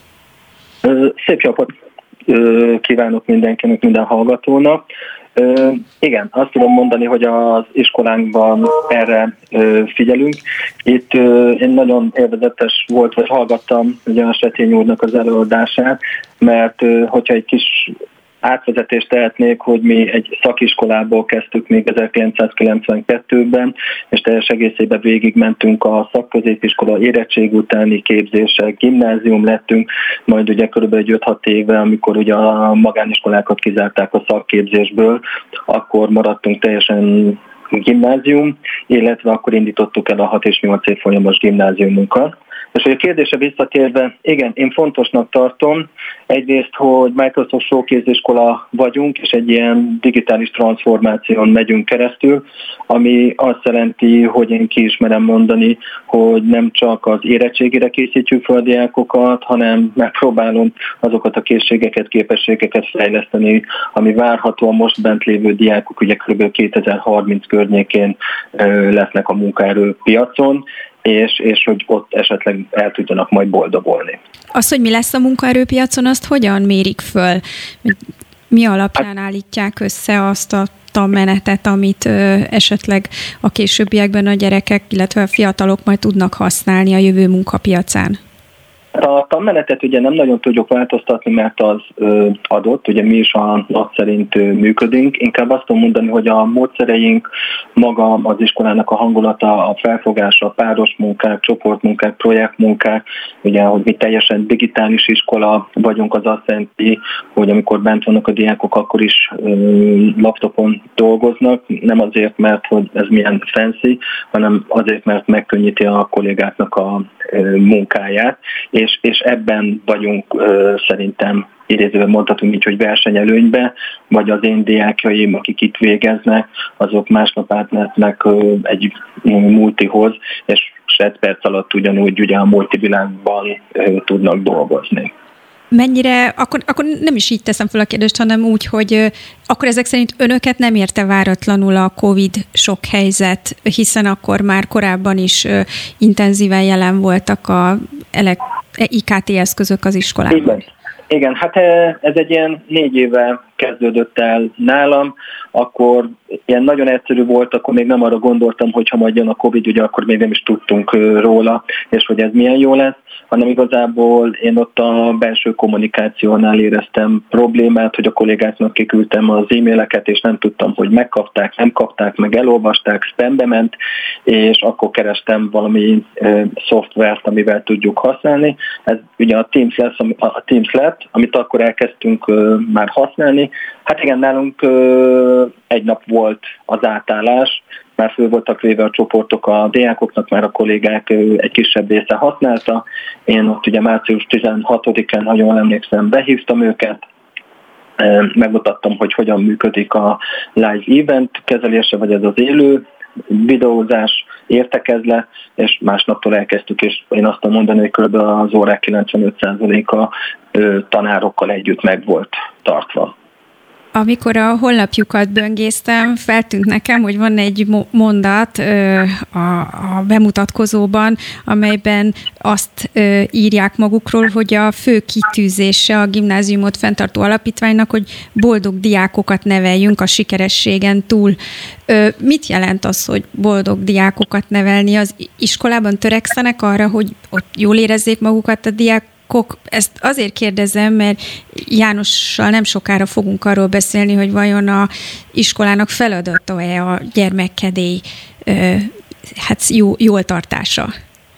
Szép napot kívánok mindenkinek, minden hallgatónak. Igen, azt tudom mondani, hogy az iskolánkban erre figyelünk. Itt én nagyon élvezetes volt, hogy hallgattam ugye a Setény úrnak az előadását, mert hogyha egy kis átvezetést tehetnék, hogy mi egy szakiskolából kezdtük még ezerkilencszázkilencvenkettőben, és teljes egészében végigmentünk a szakközépiskola érettség utáni képzések, gimnázium lettünk, majd ugye körülbelül öt-hat éve, amikor ugye a magániskolákat kizárták a szakképzésből, akkor maradtunk teljesen gimnázium, illetve akkor indítottuk el a hat és nyolc év folyamos gimnáziumunkat. És hogy a kérdése visszatérve, igen, én fontosnak tartom egyrészt, hogy Microsoft Showcase iskola vagyunk, és egy ilyen digitális transformáción megyünk keresztül, ami azt jelenti, hogy én ki ismerem mondani, hogy nem csak az érettségére készítjük fel a diákokat, hanem megpróbálunk azokat a készségeket, képességeket fejleszteni, ami várhatóan most bent lévő diákok, ugye kb. kétezer-harminc környékén lesznek a munkaerőpiacon, és, és hogy ott esetleg el tudjanak majd boldogulni. Az, hogy mi lesz a munkaerőpiacon, azt hogyan mérik föl? Mi alapján állítják össze azt a tanmenetet, amit esetleg a későbbiekben a gyerekek, illetve a fiatalok majd tudnak használni a jövő munkapiacán? A tanmenetet ugye nem nagyon tudjuk változtatni, mert az ö, adott, ugye mi is a nap szerint ö, működünk. Inkább azt tudom mondani, hogy a módszereink, maga az iskolának a hangulata, a felfogása, a páros munkák, csoportmunkák, projektmunkák, ugye, hogy mi teljesen digitális iskola vagyunk, az azt jelenti, hogy amikor bent vannak a diákok, akkor is ö, laptopon dolgoznak, nem azért, mert hogy ez milyen fancy, hanem azért, mert megkönnyíti a kollégáknak a ö, munkáját, És, és ebben vagyunk ö, szerintem idézőben mondhatunk így, hogy versenyelőnybe, vagy az én diákjaim, akik itt végeznek, azok másnap átmehetnek ö, egy multihoz, és öt perc alatt ugyanúgy ugye a multivilágban ö, tudnak dolgozni. Mennyire, akkor, akkor nem is így teszem fel a kérdést, hanem úgy, hogy akkor ezek szerint önöket nem érte váratlanul a Covid sok helyzet, hiszen akkor már korábban is intenzíven jelen voltak a I K T eszközök az iskolában. Igen. Igen, hát ez egy ilyen négy éve kezdődött el nálam, akkor ilyen nagyon egyszerű volt, akkor még nem arra gondoltam, hogy ha majd jön a Covid, ugye akkor még nem is tudtunk róla, és hogy ez milyen jó lesz, hanem igazából én ott a belső kommunikációnál éreztem problémát, hogy a kollégáknak kiküldtem az e-maileket, és nem tudtam, hogy megkapták, nem kapták, meg elolvasták, spambe ment, és akkor kerestem valami e, szoftvert, amivel tudjuk használni. Ez ugye a Teams, lesz, a Teams lett, amit akkor elkezdtünk e, már használni. Hát igen, nálunk e, egy nap volt az átállás, már föl voltak véve a csoportok a diákoknak, már a kollégák egy kisebb része használta. Én ott ugye március tizenhatodikán, ha jól emlékszem, behívtam őket, megmutattam, hogy hogyan működik a live event kezelése, vagy ez az élő videózás, értekezlet, és másnaptól elkezdtük, és én azt tudom mondani, hogy kb. Az órák kilencvenöt százaléka tanárokkal együtt meg volt tartva. Amikor a honlapjukat böngésztem, feltűnt nekem, hogy van egy mondat a, a bemutatkozóban, amelyben azt írják magukról, hogy a fő kitűzése a gimnáziumot fenntartó alapítványnak, hogy boldog diákokat neveljünk a sikerességen túl. Mit jelent az, hogy boldog diákokat nevelni? Az iskolában törekszenek arra, hogy ott jól érezzék magukat a diákok? Ezt azért kérdezem, mert Jánossal nem sokára fogunk arról beszélni, hogy vajon a iskolának feladata-e a gyermekkedély hát jó, jól tartása?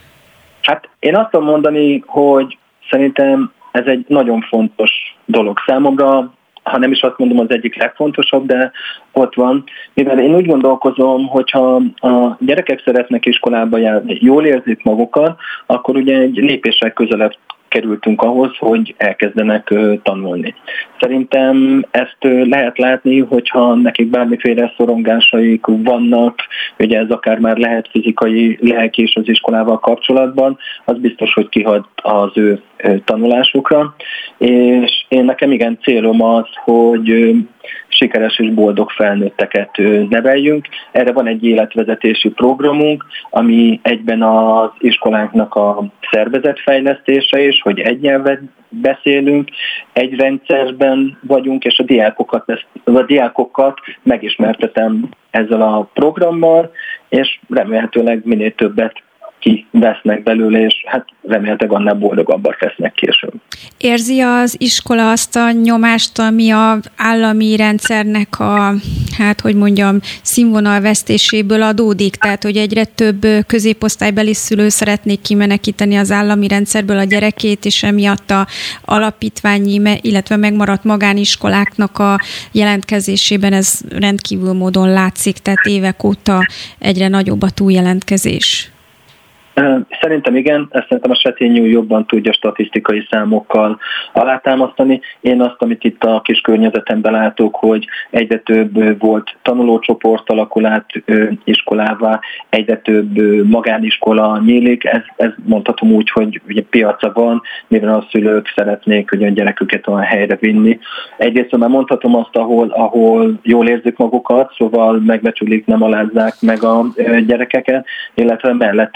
Hát én azt tudom mondani, hogy szerintem ez egy nagyon fontos dolog számomra, ha nem is azt mondom az egyik legfontosabb, de ott van. Mivel én úgy gondolkozom, hogyha a gyerekek szeretnek iskolába járni, jól érzik magukat, akkor ugye egy lépéssel közelebb kerültünk ahhoz, hogy elkezdenek tanulni. Szerintem ezt lehet látni, hogyha nekik bármiféle szorongásaik vannak, ugye ez akár már lehet fizikai, lelki is az iskolával kapcsolatban, az biztos, hogy kihat az ő tanulásukra, és én nekem igen célom az, hogy sikeres és boldog felnőtteket neveljünk. Erre van egy életvezetési programunk, ami egyben az iskolánknak a szervezetfejlesztése is, hogy egy nyelvet beszélünk, egy rendszerben vagyunk, és a diákokat, a diákokat megismertetem ezzel a programmal, és remélhetőleg minél többet kivesznek belőle, és hát remélhetőleg annál boldogabbak lesznek később. Érzi az iskola azt a nyomást, ami az állami rendszernek a, hát hogy mondjam, színvonalvesztéséből adódik? Tehát, hogy egyre több középosztálybeli szülő szeretnék kimenekíteni az állami rendszerből a gyerekét, és emiatt a alapítványi, illetve megmaradt magániskoláknak a jelentkezésében ez rendkívül módon látszik, tehát évek óta egyre nagyobb a túljelentkezés. Szerintem igen, ezt szerintem a Setény jobban tudja statisztikai számokkal alátámasztani. Én azt, amit itt a kis környezetemben látok, hogy egyre több volt tanulócsoport alakul át iskolává, egyre több magániskola nyílik, ez, ez mondhatom úgy, hogy ugye piaca van, mivel a szülők szeretnék ugye a gyereküket olyan helyre vinni. Egyrészt már mondhatom azt, ahol, ahol jól érzik magukat, szóval megbecsülik, nem alázzák meg a gyerekeket, illetve mellette keresik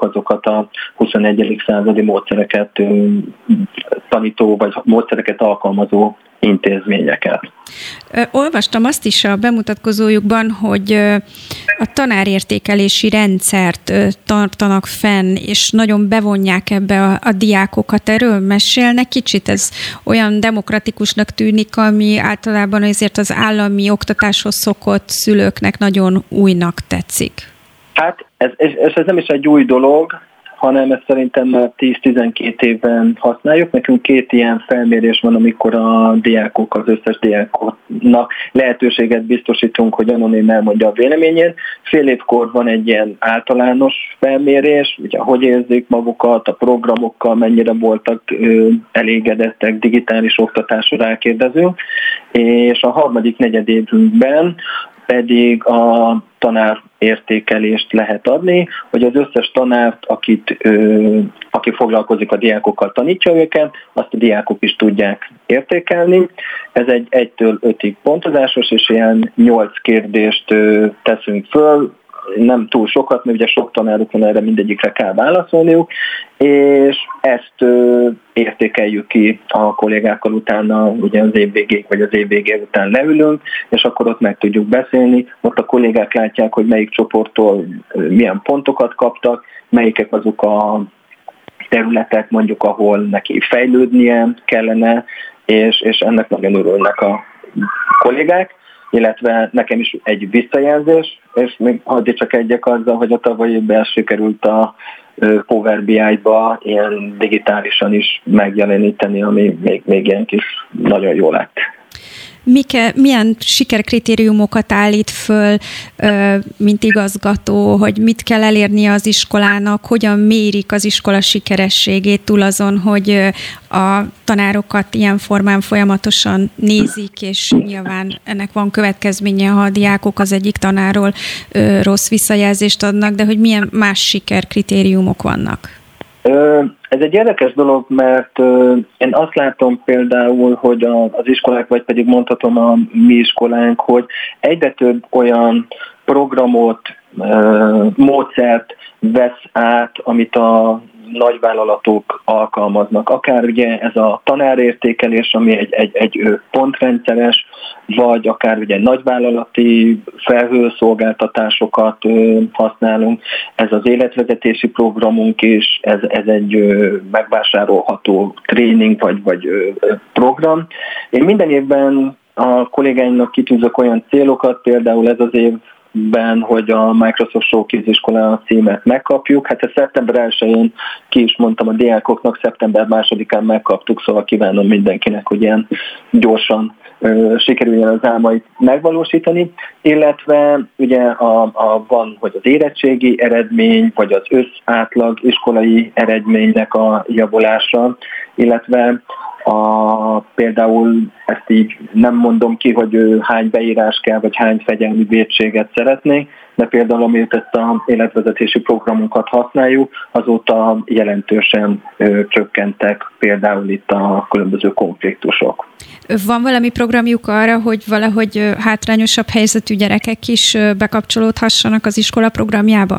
megpróbáljuk azokat a huszonegyedik századi módszereket tanító, vagy módszereket alkalmazó intézményeket. Olvastam azt is a bemutatkozójukban, hogy a tanárértékelési rendszert tartanak fenn, és nagyon bevonják ebbe a, a diákokat. Erről mesélnek kicsit? Ez olyan demokratikusnak tűnik, ami általában azért az állami oktatáshoz szokott szülőknek nagyon újnak tetszik. Hát ez, ez, ez nem is egy új dolog, hanem ezt szerintem már tíz-tizenkét évben használjuk. Nekünk két ilyen felmérés van, amikor a diákok, az összes diákoknak lehetőséget biztosítunk, hogy anonim elmondja a véleményét. Fél évkor van egy ilyen általános felmérés, ugye hogy érzik magukat, a programokkal mennyire voltak ö, elégedettek, digitális oktatásra rákérdezünk, és a harmadik negyedévünkben pedig a tanár értékelést lehet adni, hogy az összes tanárt, akit, ö, aki foglalkozik a diákokkal, tanítja őket, azt a diákok is tudják értékelni. Ez egy egytől ötig pontozásos, és ilyen nyolc kérdést ö, teszünk föl, nem túl sokat, mert ugye sok tanáruk van, erre mindegyikre kell válaszolniuk, és ezt ö, értékeljük ki a kollégákkal utána, ugye az év végéig vagy az év végé után leülünk, és akkor ott meg tudjuk beszélni, ott a kollégák látják, hogy melyik csoporttól ö, milyen pontokat kaptak, melyikek azok a területek mondjuk, ahol neki fejlődnie kellene, és, és ennek nagyon örülnek a kollégák, illetve nekem is egy visszajelzés, és még addig csak egyek azzal, hogy a tavalyi évben sikerült a Power bé i-ba ilyen digitálisan is megjeleníteni, ami még, még ilyen kis nagyon jó lett. Mike, milyen sikerkritériumokat állít föl, mint igazgató, hogy mit kell elérnie az iskolának, hogyan mérik az iskola sikerességét túl azon, hogy a tanárokat ilyen formán folyamatosan nézik, és nyilván ennek van következménye, ha a diákok az egyik tanáról rossz visszajelzést adnak, de hogy milyen más sikerkritériumok vannak? Ez egy érdekes dolog, mert én azt látom például, hogy az iskolák, vagy pedig mondhatom a mi iskolánk, hogy egyre több olyan programot, módszert vesz át, amit a nagyvállalatok alkalmaznak. Akár ugye ez a tanárértékelés, ami egy, egy, egy pontrendszeres, vagy akár ugye nagyvállalati felhőszolgáltatásokat használunk. Ez az életvezetési programunk is, ez, ez egy megvásárolható tréning vagy, vagy program. Én minden évben a kollégáimnak kitűzök olyan célokat, például ez az év ben, hogy a Microsoft Showcase iskola címet megkapjuk. Hát ezt szeptember elsején ki is mondtam a diákoknak, szeptember másodikán megkaptuk, szóval kívánom mindenkinek, hogy ilyen gyorsan ö, sikerüljen az álmait megvalósítani, illetve ugye a, a, van, hogy az érettségi eredmény, vagy az összátlag iskolai eredménynek a javulása, illetve A, például ezt így nem mondom ki, hogy ő hány beírás kell, vagy hány fegyelmi vétséget szeretnék, de például amiért ezt az életvezetési programunkat használjuk, azóta jelentősen ö, csökkentek például itt a különböző konfliktusok. Van valami programjuk arra, hogy valahogy hátrányosabb helyzetű gyerekek is bekapcsolódhassanak az iskola programjába?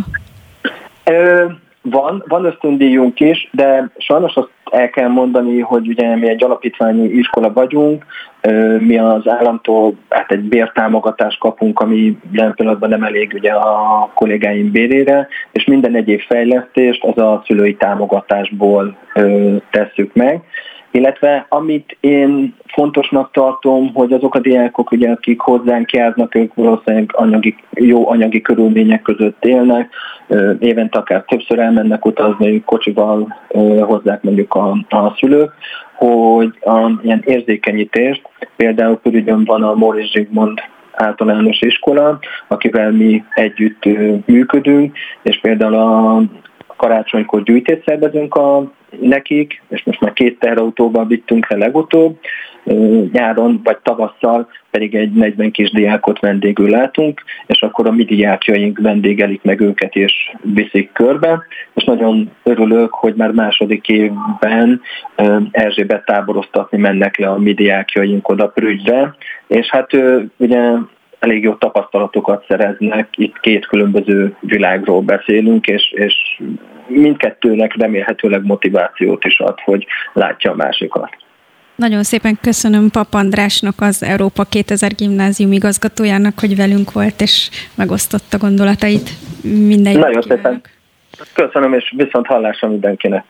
Ö, Van, van ösztöndíjunk is, de sajnos azt el kell mondani, hogy ugye mi egy alapítványi iskola vagyunk, mi az államtól hát egy bértámogatást kapunk, ami jelen pillanatban nem elég ugye a kollégáim bérére, és minden egyéb fejlesztést az a szülői támogatásból tesszük meg. Illetve amit én fontosnak tartom, hogy azok a diákok, ugye, akik hozzánk járnak, ők valószínűleg anyagi, jó anyagi körülmények között élnek, évente akár többször elmennek utazni, kocsival hozzák mondjuk a, a szülők, hogy a, ilyen érzékenyítést, például körülbelül van a Móricz Zsigmond általános iskola, akivel mi együtt működünk, és például a karácsonykor gyűjtést szervezünk a nekik, és most már két teherautóban vittünk el legutóbb, nyáron vagy tavasszal pedig egy negyven kis diákot vendégül látunk, és akkor a mi diákjaink vendégelik meg őket és viszik körbe, és nagyon örülök, hogy már második évben Erzsébet táboroztatni mennek le a mi diákjaink oda Prügyre, és hát ugye elég jó tapasztalatokat szereznek, itt két különböző világról beszélünk, és, és mindkettőnek remélhetőleg motivációt is ad, hogy látja a másikat. Nagyon szépen köszönöm Pap Andrásnak, az Európa kétezer gimnázium igazgatójának, hogy velünk volt, és megosztotta gondolatait. Minden jót Nagyon szépen köszönöm, és viszont hallásra mindenkinek.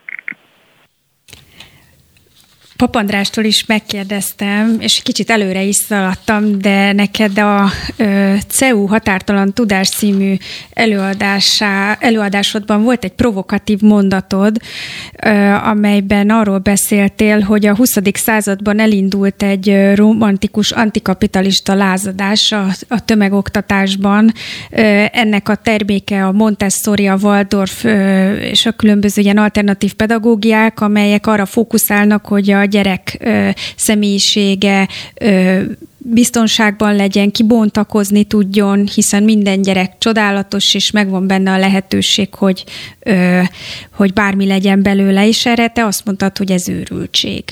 Pap Andrástól is megkérdeztem, és kicsit előre is szaladtam, de neked a ö, cé e u Határtalan Tudás című előadásá, előadásodban volt egy provokatív mondatod, ö, amelyben arról beszéltél, hogy a huszadik században elindult egy romantikus antikapitalista lázadás a, a tömegoktatásban. Ö, ennek a terméke a Montessori, a Waldorf ö, és a különböző ilyen alternatív pedagógiák, amelyek arra fókuszálnak, hogy a gyerek ö, személyisége ö, biztonságban legyen, kibontakozni tudjon, hiszen minden gyerek csodálatos, és megvan benne a lehetőség, hogy, ö, hogy bármi legyen belőle, és erre te azt mondtad, hogy ez őrültség.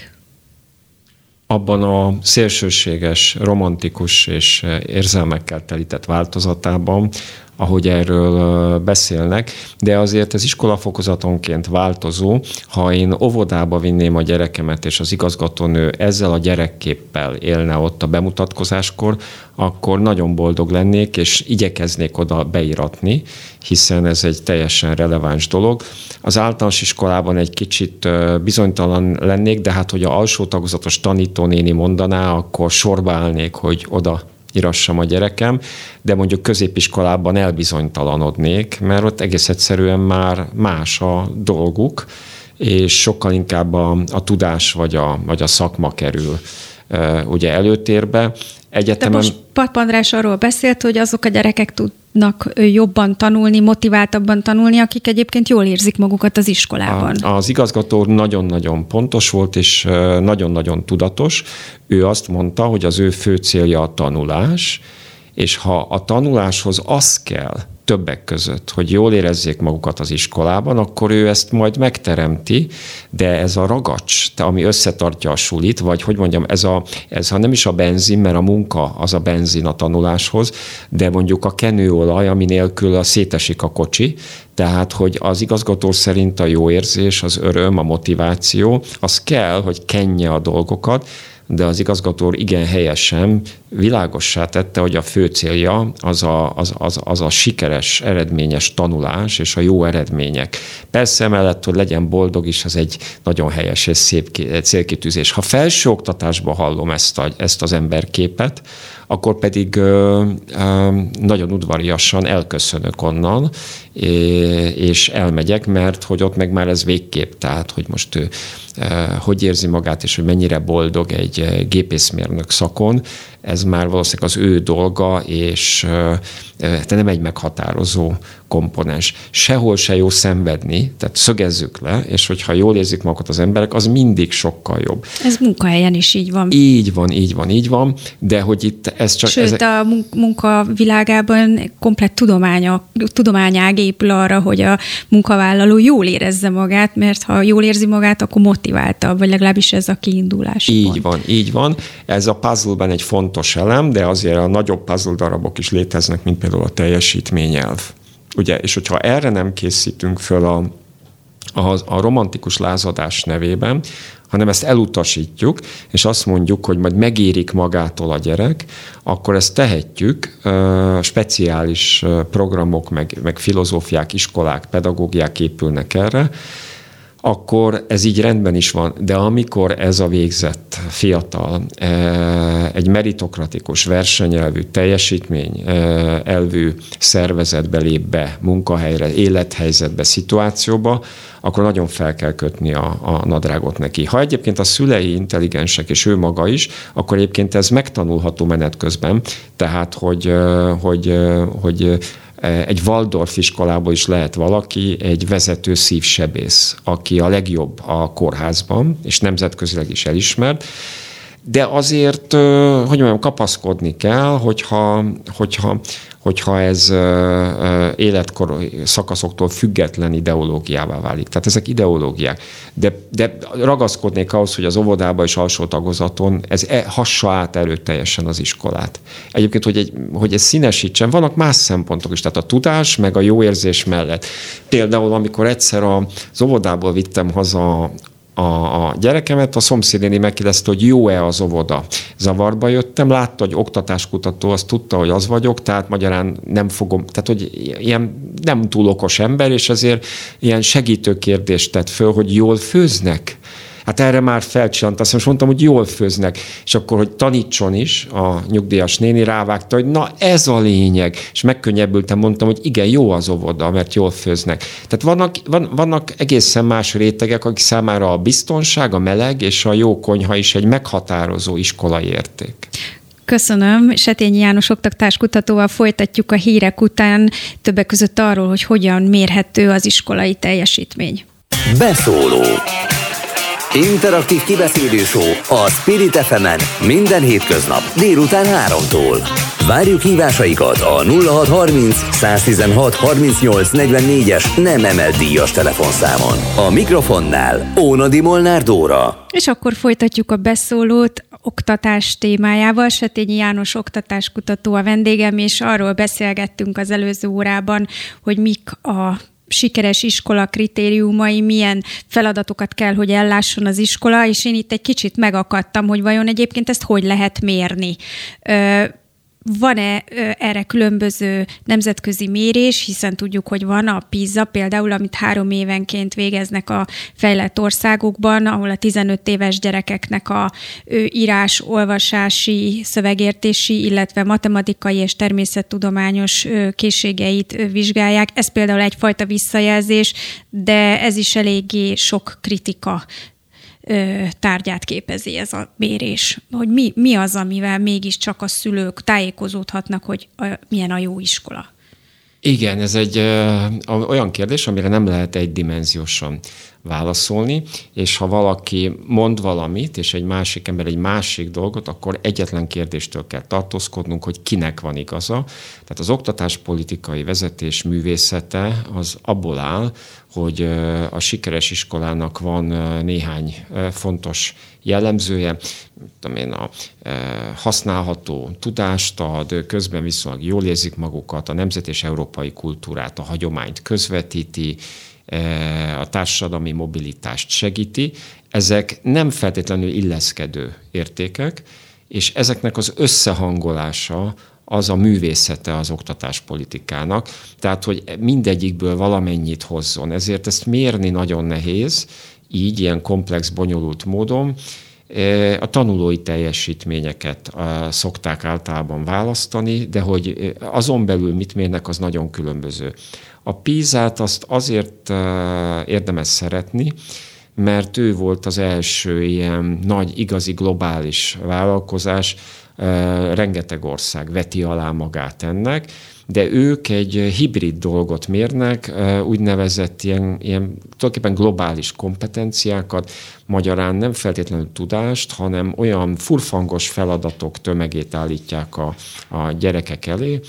Abban a szélsőséges, romantikus és érzelmekkel telített változatában, ahogy erről beszélnek, de azért ez iskolafokozatonként változó. Ha én óvodába vinném a gyerekemet, és az igazgatónő ezzel a gyerekképpel élne ott a bemutatkozáskor, akkor nagyon boldog lennék, és igyekeznék oda beiratni, hiszen ez egy teljesen releváns dolog. Az általános iskolában egy kicsit bizonytalan lennék, de hát, hogy a alsó tagozatos tanítónéni mondaná, akkor sorba állnék, hogy oda írassam a gyerekem, de mondjuk középiskolában elbizonytalanodnék, mert ott egész egyszerűen már más a dolguk, és sokkal inkább a, a tudás vagy a, vagy a szakma kerül uh, ugye előtérbe. Egyetemen... De most Pap András arról beszélt, hogy azok a gyerekek tudnak jobban tanulni, motiváltabban tanulni, akik egyébként jól érzik magukat az iskolában. A, az igazgató nagyon-nagyon pontos volt, és nagyon-nagyon tudatos. Ő azt mondta, hogy az ő fő célja a tanulás, és ha a tanuláshoz az kell többek között, hogy jól érezzék magukat az iskolában, akkor ő ezt majd megteremti, de ez a ragacs, ami összetartja a sulit, vagy hogy mondjam, ez, a, ez ha nem is a benzin, mert a munka az a benzin a tanuláshoz, de mondjuk a kenőolaj, ami nélkül a szétesik a kocsi, tehát, hogy az igazgató szerint a jó érzés, az öröm, a motiváció, az kell, hogy kenje a dolgokat, de az igazgató igen helyesen világossá tette, hogy a fő célja az a, az, az, az a sikeres, eredményes tanulás és a jó eredmények. Persze emellett, hogy legyen boldog is, az egy nagyon helyes és szép célkitűzés. Ha felsőoktatásban hallom ezt, a, ezt az emberképet, akkor pedig ö, ö, nagyon udvariasan elköszönök onnan, és elmegyek, mert hogy ott meg már ez végképp, tehát hogy most ő hogy érzi magát, és hogy mennyire boldog egy gépészmérnök szakon, ez már valószínűleg az ő dolga, és de nem egy meghatározó komponens. Sehol se jó szenvedni, tehát szögezzük le, és hogyha jól érzik magukat az emberek, az mindig sokkal jobb. Ez munkahelyen is így van. Így van, így van, így van, de hogy itt ez csak... Sőt, ezek... a munkavilágában komplett tudománya, tudományág épül arra, hogy a munkavállaló jól érezze magát, mert ha jól érzi magát, akkor motiváltabb, vagy legalábbis ez a kiindulás. Így pont. van, így van. Ez a puzzle-ben egy fontos elem, de azért a nagyobb puzzle darabok is léteznek, mint például a teljesítményelv. Ugye, és hogyha erre nem készítünk föl a, a, a romantikus lázadás nevében, hanem ezt elutasítjuk, és azt mondjuk, hogy majd megérik magától a gyerek, akkor ezt tehetjük, speciális programok, meg, meg filozófiák, iskolák, pedagógiák épülnek erre, akkor ez így rendben is van, de amikor ez a végzett fiatal egy meritokratikus, versenyelvű, teljesítmény elvű szervezetbe lép be, munkahelyre, élethelyzetbe, szituációba, akkor nagyon fel kell kötni a, a nadrágot neki. Ha egyébként a szülei intelligensek, és ő maga is, akkor egyébként ez megtanulható menet közben, tehát hogy, hogy, hogy egy Waldorf iskolából is lehet valaki, egy vezető szívsebész, aki a legjobb a kórházban, és nemzetközileg is elismert, de azért, hogy mondjam, kapaszkodni kell, hogyha, hogyha hogyha ez életkor szakaszoktól független ideológiává válik. Tehát ezek ideológiák. De, de ragaszkodnék ahhoz, hogy az óvodában és alsó tagozaton ez hassa át erőteljesen az iskolát. Egyébként, hogy, egy, hogy ez színesítsen, vannak más szempontok is, tehát a tudás, meg a jó érzés mellett. Például, amikor egyszer az óvodából vittem haza A, a gyerekemet, a szomszédnéni megkérdezte, hogy jó-e az óvoda. Zavarba jöttem, látta, hogy oktatáskutató, azt tudta, hogy az vagyok, tehát magyarán nem fogom, tehát hogy ilyen nem túl okos ember, és ezért ilyen segítő kérdést tett föl, hogy jól főznek. Hát erre már felcsillant, azt most mondtam, hogy jól főznek. És akkor, hogy tanítson is, a nyugdíjas néni rávágta, hogy na ez a lényeg. És megkönnyebbültem, mondtam, hogy igen, jó az óvoda, mert jól főznek. Tehát vannak, van, vannak egészen más rétegek, akik számára a biztonság, a meleg és a jó konyha is egy meghatározó iskolai érték. Köszönöm. Setényi János oktatáskutatóval folytatjuk a hírek után, többek között arról, hogy hogyan mérhető az iskolai teljesítmény. Beszóló. Interaktív kibeszélő show a Spirit ef emen minden hétköznap délután háromtól. Várjuk hívásaikat a nulla hat harminc száztizenhat harmincnyolc negyvennégyes nem emelt díjas telefonszámon. A mikrofonnál Ónodi Molnár Dóra. És akkor folytatjuk a beszólót oktatás témájával. Setényi János oktatáskutató a vendégem, és arról beszélgettünk az előző órában, hogy mik a sikeres iskola kritériumai, milyen feladatokat kell, hogy ellásson az iskola, és én itt egy kicsit megakadtam, hogy vajon egyébként ezt hogy lehet mérni. Van-e erre különböző nemzetközi mérés, hiszen tudjuk, hogy van a PISA például, amit három évenként végeznek a fejlett országokban, ahol a tizenöt éves gyerekeknek a írás, olvasási, szövegértési, illetve matematikai és természettudományos készségeit vizsgálják. Ez például egyfajta visszajelzés, de ez is eléggé sok kritika tárgyát képezi ez a mérés. Hogy mi, mi az, amivel mégiscsak a szülők tájékozódhatnak, hogy a, milyen a jó iskola? Igen, ez egy ö, olyan kérdés, amire nem lehet egydimenziósan válaszolni, és ha valaki mond valamit, és egy másik ember egy másik dolgot, akkor egyetlen kérdéstől kell tartózkodnunk, hogy kinek van igaza. Tehát az oktatáspolitikai vezetés művészete az abból áll, hogy a sikeres iskolának van néhány fontos jellemzője, tudom én, a használható tudást ad, közben viszonylag jól érzik magukat, a nemzet és európai kultúrát, a hagyományt közvetíti, a társadalmi mobilitást segíti. Ezek nem feltétlenül illeszkedő értékek, és ezeknek az összehangolása az a művészete az oktatáspolitikának, tehát hogy mindegyikből valamennyit hozzon. Ezért ezt mérni nagyon nehéz, így ilyen komplex, bonyolult módon. A tanulói teljesítményeket szokták általában választani, de hogy azon belül mit mérnek, az nagyon különböző. A PISA-t azt azért érdemes szeretni, mert ő volt az első ilyen nagy, igazi globális vállalkozás, rengeteg ország veti alá magát ennek, de ők egy hibrid dolgot mérnek, úgynevezett ilyen, ilyen tulajdonképpen globális kompetenciákat, magyarán nem feltétlenül tudást, hanem olyan furfangos feladatok tömegét állítják a, a gyerekek elé,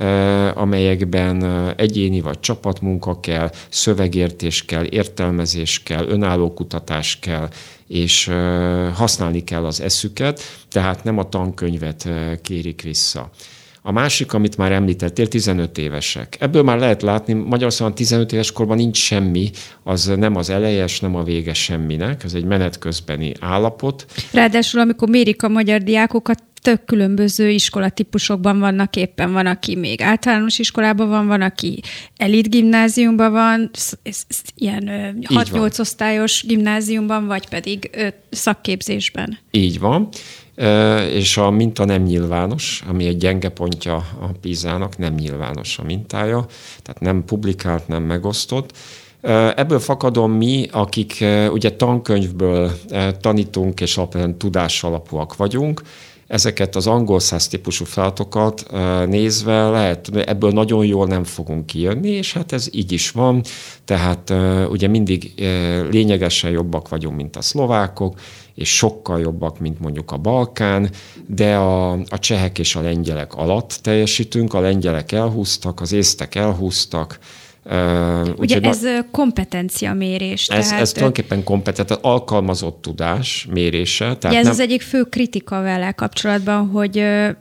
amelyekben egyéni vagy csapatmunka kell, szövegértés kell, értelmezés kell, önálló kutatás kell, és használni kell az eszüket, tehát nem a tankönyvet kérik vissza. A másik, amit már említettél, tizenöt évesek. Ebből már lehet látni, Magyarországon tizenöt éves korban nincs semmi, az nem az eleje, nem a vége semminek, ez egy menet közbeni állapot. Ráadásul, amikor mérik a magyar diákokat, tök különböző iskolatípusokban vannak éppen. Van, aki még általános iskolában van, van, aki elit gimnáziumban van, ilyen hat-nyolc osztályos gimnáziumban, vagy pedig szakképzésben. Így van. És a minta nem nyilvános, ami egy gyenge pontja a PISA-nak, nem nyilvános a mintája, tehát nem publikált, nem megosztott. Ebből fakadom mi, akik ugye tankönyvből tanítunk, és alapvetően tudás alapúak vagyunk, ezeket az angol száz típusú feladatokat nézve lehet, ebből nagyon jól nem fogunk kijönni, és hát ez így is van, tehát ugye mindig lényegesen jobbak vagyunk, mint a szlovákok, és sokkal jobbak, mint mondjuk a Balkán, de a, a csehek és a lengyelek alatt teljesítünk, a lengyelek elhúztak, az észtek elhúztak. Uh, Ugye ez na, kompetenciamérés. Ez, tehát, ez tulajdonképpen kompetent, alkalmazott tudás mérése. Tehát ez nem... az egyik fő kritika vele kapcsolatban, hogy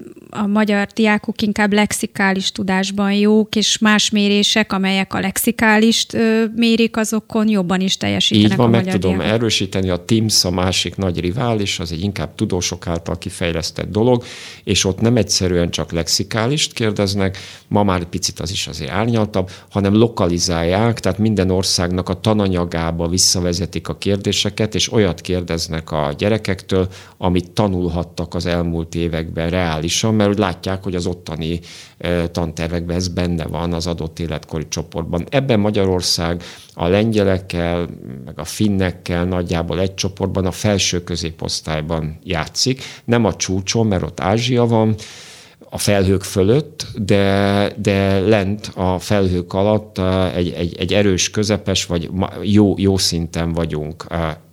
a magyar diákok inkább lexikális tudásban jók, és más mérések, amelyek a lexikálist mérik, azokon jobban is teljesítenek. Így van, a meg magyar tudom diákok. erősíteni, a TIMSZ a másik nagy rivális, az egy inkább tudósok által kifejlesztett dolog, és ott nem egyszerűen csak lexikálist kérdeznek, ma már picit az is azért árnyaltabb, hanem lokalizálják, tehát minden országnak a tananyagába visszavezetik a kérdéseket, és olyat kérdeznek a gyerekektől, amit tanulhattak az elmúlt években reálisan, mert úgy látják, hogy az ottani tantervekben ez benne van az adott életkori csoportban. Ebben Magyarország a lengyelekkel, meg a finnekkel nagyjából egy csoportban, a felső középosztályban játszik. Nem a csúcson, mert ott Ázsia van, a felhők fölött, de, de lent a felhők alatt egy, egy, egy erős, közepes vagy jó, jó szinten vagyunk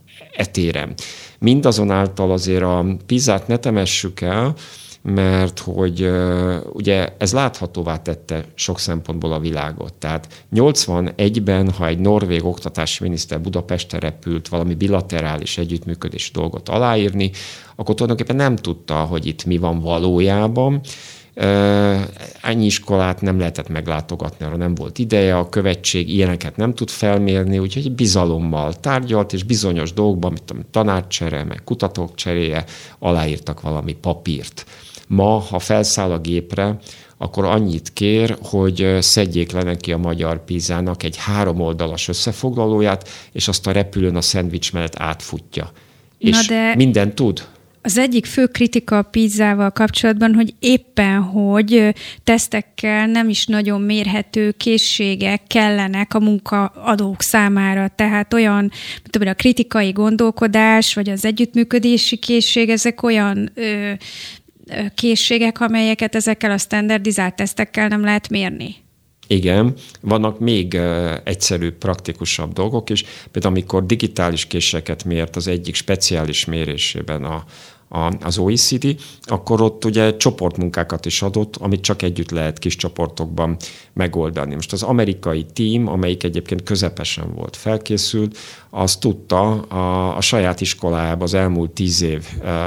etéren. Mindazonáltal azért a PISA-t ne temessük el, mert hogy uh, ugye ez láthatóvá tette sok szempontból a világot. Tehát nyolcvanegyben, ha egy norvég oktatási miniszter Budapestre repült valami bilaterális együttműködési dolgot aláírni, akkor tulajdonképpen nem tudta, hogy itt mi van valójában. Uh, ennyi iskolát nem lehetett meglátogatni, arra nem volt ideje, a követség ilyeneket nem tud felmérni, úgyhogy bizalommal tárgyalt, és bizonyos dolgokban, mint a tanácscsere, meg kutatók cseréje, aláírtak valami papírt. Ma, ha felszáll a gépre, akkor annyit kér, hogy szedjék le neki a magyar PISA-nak egy három oldalas összefoglalóját, és azt a repülőn a szendvics mellett átfutja. És de... mindent tud. Az egyik fő kritika a PISA-val kapcsolatban, hogy éppen, hogy tesztekkel nem is nagyon mérhető készségek kellenek a munkaadók számára. Tehát olyan, tudom, a kritikai gondolkodás, vagy az együttműködési készség, ezek olyan ö, ö, készségek, amelyeket ezekkel a standardizált tesztekkel nem lehet mérni. Igen, vannak még uh, egyszerűbb, praktikusabb dolgok is. Például amikor digitális készségeket mért az egyik speciális mérésében a, a, az o e cé dé, akkor ott ugye csoportmunkákat is adott, amit csak együtt lehet kis csoportokban megoldani. Most az amerikai tím, amelyik egyébként közepesen volt felkészült, az tudta a, a saját iskolájában az elmúlt tíz év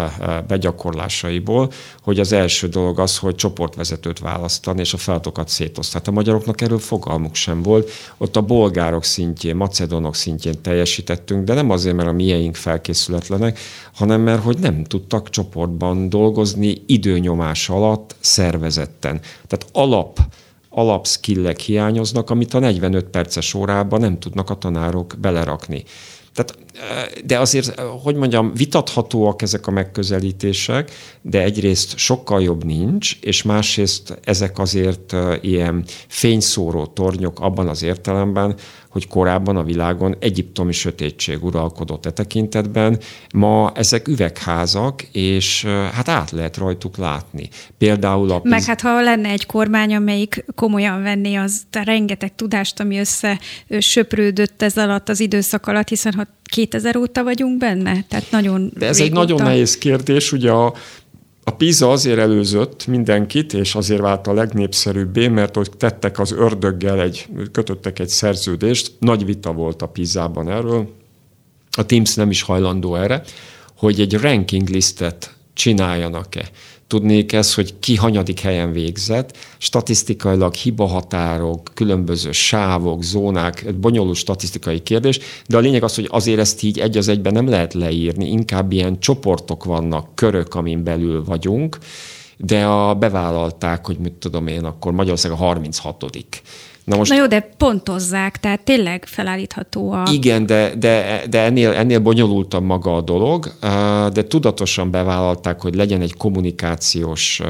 begyakorlásaiból, hogy az első dolog az, hogy csoportvezetőt választani, és a feladatokat szétosztani. Tehát a magyaroknak erről fogalmuk sem volt. Ott a bolgárok szintjén, macedonok szintjén teljesítettünk, de nem azért, mert a mieink felkészületlenek, hanem mert hogy nem tudtak csoportban dolgozni időnyomás alatt, szervezetten. Tehát alap alapszkillek hiányoznak, amit a negyvenöt perces órában nem tudnak a tanárok belerakni. Tehát, de azért, hogy mondjam, vitathatóak ezek a megközelítések, de egyrészt sokkal jobb nincs, és másrészt ezek azért ilyen fényszóró tornyok abban az értelemben, hogy korábban a világon egyiptomi sötétség uralkodott e tekintetben. Ma ezek üvegházak, és hát át lehet rajtuk látni. Például a... Meg hát ha lenne egy kormány, amelyik komolyan venné az a rengeteg tudást, ami összesöprődött ez alatt az időszak alatt, hiszen ha kétezer óta vagyunk benne, tehát nagyon De ez régóta. Egy nagyon nehéz kérdés, ugye a A PISA azért előzött mindenkit, és azért vált a legnépszerűbbé, mert hogy tettek az ördöggel, egy, kötöttek egy szerződést, nagy vita volt a PISA-ban erről, a TIMSZ nem is hajlandó erre, hogy egy ranking listet csináljanak-e. Tudnék ez, hogy ki hanyadik helyen végzett, statisztikailag hibahatárok, különböző sávok, zónák, bonyolult statisztikai kérdés, de a lényeg az, hogy azért ezt így egy az egyben nem lehet leírni, inkább ilyen csoportok vannak, körök, amin belül vagyunk, de a, bevállalták, hogy mit tudom én, akkor Magyarország a harminchatodik Na, most, Na jó, de pontozzák, tehát tényleg felállítható a... Igen, de, de, de ennél, ennél bonyolultabb maga a dolog, de tudatosan bevállalták, hogy legyen egy kommunikációs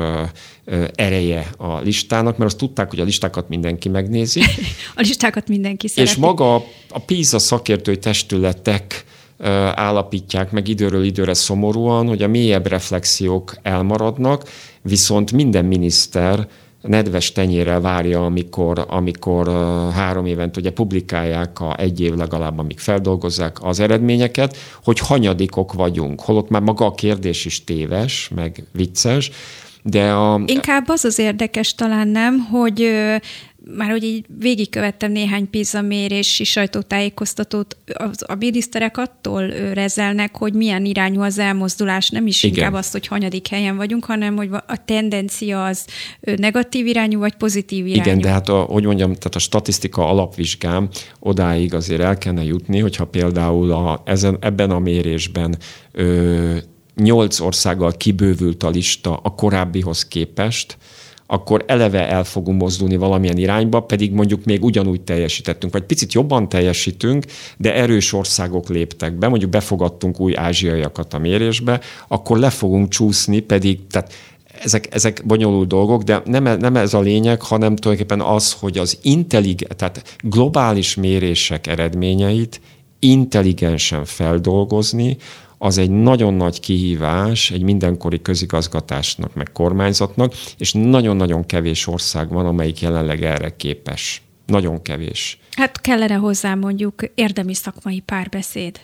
ereje a listának, mert azt tudták, hogy a listákat mindenki megnézi. A listákat mindenki szereti. És maga a PISA szakértői testületek állapítják meg időről időre szomorúan, hogy a mélyebb reflexiók elmaradnak, viszont minden miniszter nedves tenyérrel várja, amikor, amikor három évent ugye publikálják a egy év legalább, amíg feldolgozzák az eredményeket, hogy hanyadikok vagyunk. Holott már maga a kérdés is téves, meg vicces, de a... Inkább az az érdekes talán nem, hogy már hogy így végigkövettem néhány PISA mérési sajtótájékoztatót, a miniszterek attól rezelnek, hogy milyen irányú az elmozdulás, nem is Igen. inkább azt, hogy hanyadik helyen vagyunk, hanem hogy a tendencia az negatív irányú, vagy pozitív irányú. Igen, de hát a, hogy mondjam, tehát a statisztika alapvizsgám odáig azért el kellene jutni, hogyha például a, ezen, ebben a mérésben ö, nyolc országgal kibővült a lista a korábbihoz képest, akkor eleve el fogunk mozdulni valamilyen irányba, pedig mondjuk még ugyanúgy teljesítettünk, vagy picit jobban teljesítünk, de erős országok léptek be, mondjuk befogadtunk új ázsiaiakat a mérésbe, akkor le fogunk csúszni, pedig tehát ezek, ezek bonyolult dolgok, de nem, nem ez a lényeg, hanem tulajdonképpen az, hogy az intelligens, tehát globális mérések eredményeit intelligensen feldolgozni, az egy nagyon nagy kihívás egy mindenkori közigazgatásnak, meg kormányzatnak, és nagyon-nagyon kevés ország van, amelyik jelenleg erre képes. Nagyon kevés. Hát kellene hozzá mondjuk érdemi szakmai párbeszéd.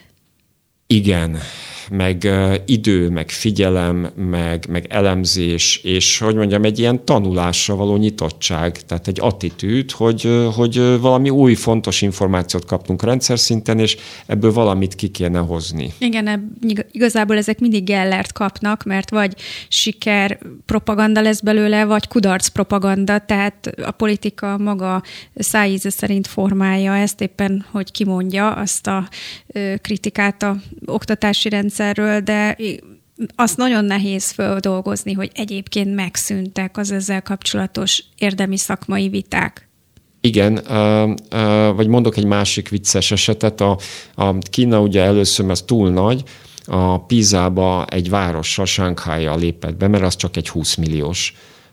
Igen, meg uh, idő, meg figyelem, meg, meg elemzés, és hogy mondjam, egy ilyen tanulásra való nyitottság, tehát egy attitűd, hogy, hogy valami új fontos információt kaptunk rendszer szinten, és ebből valamit ki kéne hozni. Igen, igazából ezek mindig Gellert kapnak, mert vagy siker propaganda lesz belőle, vagy kudarc propaganda, tehát a politika maga szájíze szerint formálja ezt, éppen, hogy kimondja azt a kritikát a oktatási rendszerről, de azt nagyon nehéz földolgozni, hogy egyébként megszűntek az ezzel kapcsolatos érdemi szakmai viták. Igen, vagy mondok egy másik vicces esetet. A, a Kína ugye először, ez túl nagy, a PISA-ba egy várossal, Shanghai-jal lépett be, mert az csak egy húsz milliós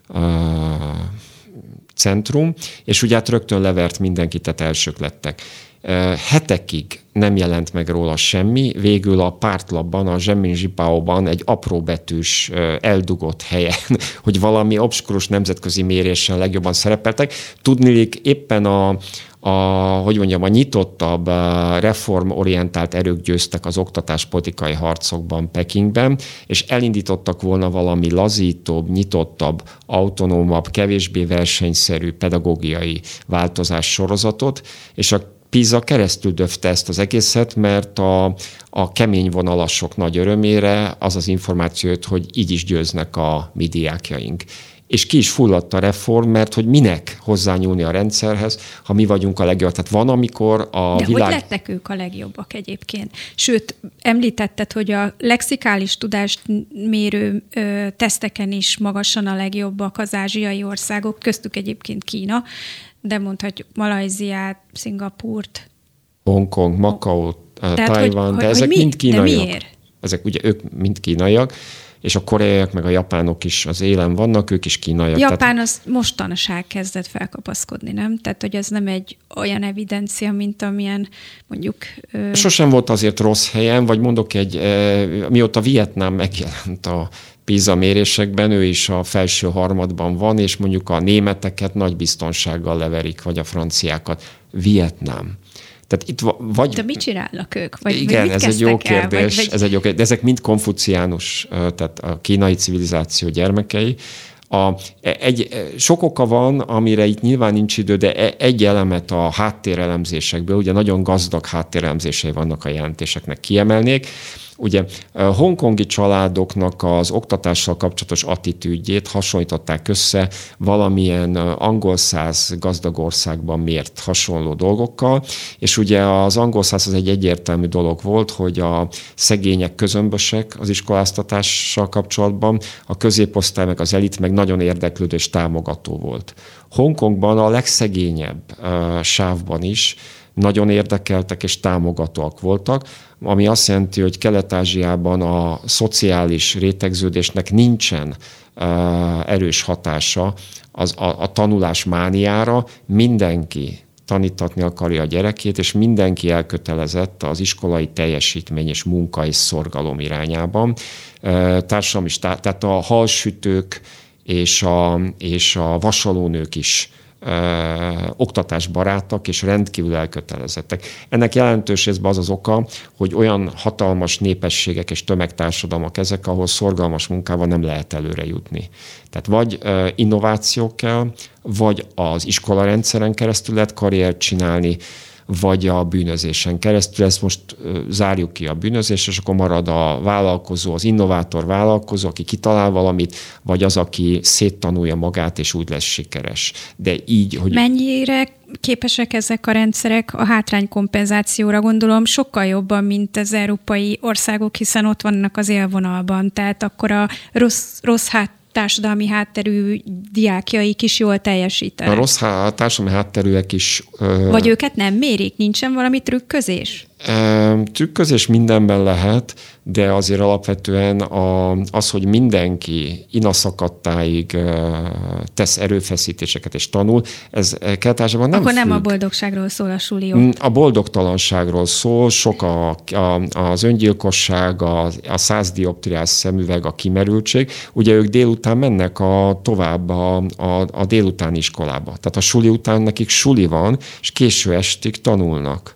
centrum, és ugye hát rögtön levert mindenkit, tehát elsők lettek. Hetekig nem jelent meg róla semmi, végül a pártlapban, a Zhemin Zsipaoban egy apróbetűs eldugott helyen, hogy valami obskurus nemzetközi mérésen legjobban szerepeltek. Tudniillik éppen a, a, hogy mondjam, a nyitottabb, reformorientált erők győztek az oktatáspolitikai harcokban Pekingben, és elindítottak volna valami lazítóbb, nyitottabb, autonómabb, kevésbé versenyszerű pedagógiai változás sorozatot, és a PISA keresztül döfte ezt az egészet, mert a, a kemény vonalasok nagy örömére az az információ jött, hogy így is győznek a mi diákjaink. És ki is fulladt a reform, mert hogy minek hozzányúlni a rendszerhez, ha mi vagyunk a legjobb. Tehát van, amikor a De világ... hogy lettek ők a legjobbak egyébként? Sőt, említetted, hogy a lexikális tudást mérő ö, teszteken is magasan a legjobbak az ázsiai országok, köztük egyébként Kína, de mondhatjuk Malajziát, Szingapúrt. Hongkong, Macau, Tajvan, de ezek hogy mind kínaiak. De miért? Ezek ugye ők mind kínaiak, és a koreaiak meg a japánok is az élen vannak, ők is kínaiak. Japán tehát... az mostanság kezdett felkapaszkodni, nem? Tehát, hogy ez nem egy olyan evidencia, mint amilyen mondjuk... Ö... Sosem volt azért rossz helyen, vagy mondok egy, e, mióta Vietnám megjelent a PISA mérésekben, ő is a felső harmadban van, és mondjuk a németeket nagy biztonsággal leverik, vagy a franciákat. Vietnám. Tehát itt vagy... De mit csinálnak ők? Vagy igen, ez egy jó kérdés, el, vagy, vagy... ez egy jó kérdés, de ezek mind konfuciánus, tehát a kínai civilizáció gyermekei. A, egy, sok oka van, amire itt nyilván nincs idő, de egy elemet a háttérelemzésekből, ugye nagyon gazdag háttérelemzései vannak a jelentéseknek, kiemelnék. Ugye hongkongi családoknak az oktatással kapcsolatos attitűdjét hasonlították össze valamilyen angolszász gazdag országban mért hasonló dolgokkal, és ugye az angolszász az egy egyértelmű dolog volt, hogy a szegények közömbösek az iskoláztatással kapcsolatban, a középosztály meg az elit meg nagyon érdeklődő és támogató volt. Hongkongban a legszegényebb uh, sávban is nagyon érdekeltek és támogatóak voltak, ami azt jelenti, hogy Kelet-Ázsiában a szociális rétegződésnek nincsen uh, erős hatása az, a, a tanulás mániára. Mindenki tanítatni akarja a gyerekét, és mindenki elkötelezett az iskolai teljesítmény és munka és szorgalom irányában. Társadalmi, tehát a halsütők és a, és a vasalónők is Ö, oktatásbarátak és rendkívül elkötelezettek. Ennek jelentős részben az az oka, hogy olyan hatalmas népességek és tömegtársadalmak ezek, ahol szorgalmas munkával nem lehet előre jutni. Tehát vagy ö, innováció kell, vagy az iskolarendszeren keresztül lehet karriert csinálni, vagy a bűnözésen keresztül. Ezt most zárjuk ki a bűnözést, és akkor marad a vállalkozó, az innovátor vállalkozó, aki kitalál valamit, vagy az, aki széttanulja magát, és úgy lesz sikeres. De így, hogy... Mennyire képesek ezek a rendszerek a hátránykompenzációra, gondolom, sokkal jobban, mint az európai országok, hiszen ott vannak az élvonalban. Tehát akkor a rossz, rossz hát társadalmi hátterű diákjaik is jól teljesítenek. A rossz há- társadalmi hátterűek is... Vagy ö... őket nem mérik? Nincsen valami trükközés? Trükközés mindenben lehet, de azért alapvetően a, az, hogy mindenki inaszakadtáig tesz erőfeszítéseket és tanul, ez keletársadalban nem Akkor függ. nem a boldogságról szól a suli ott. A boldogtalanságról szól, sok a, a, az öngyilkosság, a, a száz dioptriás szemüveg, a kimerültség. Ugye ők délután mennek a, tovább a, a, a délutáni iskolába. Tehát a suli után nekik suli van, és késő estig tanulnak.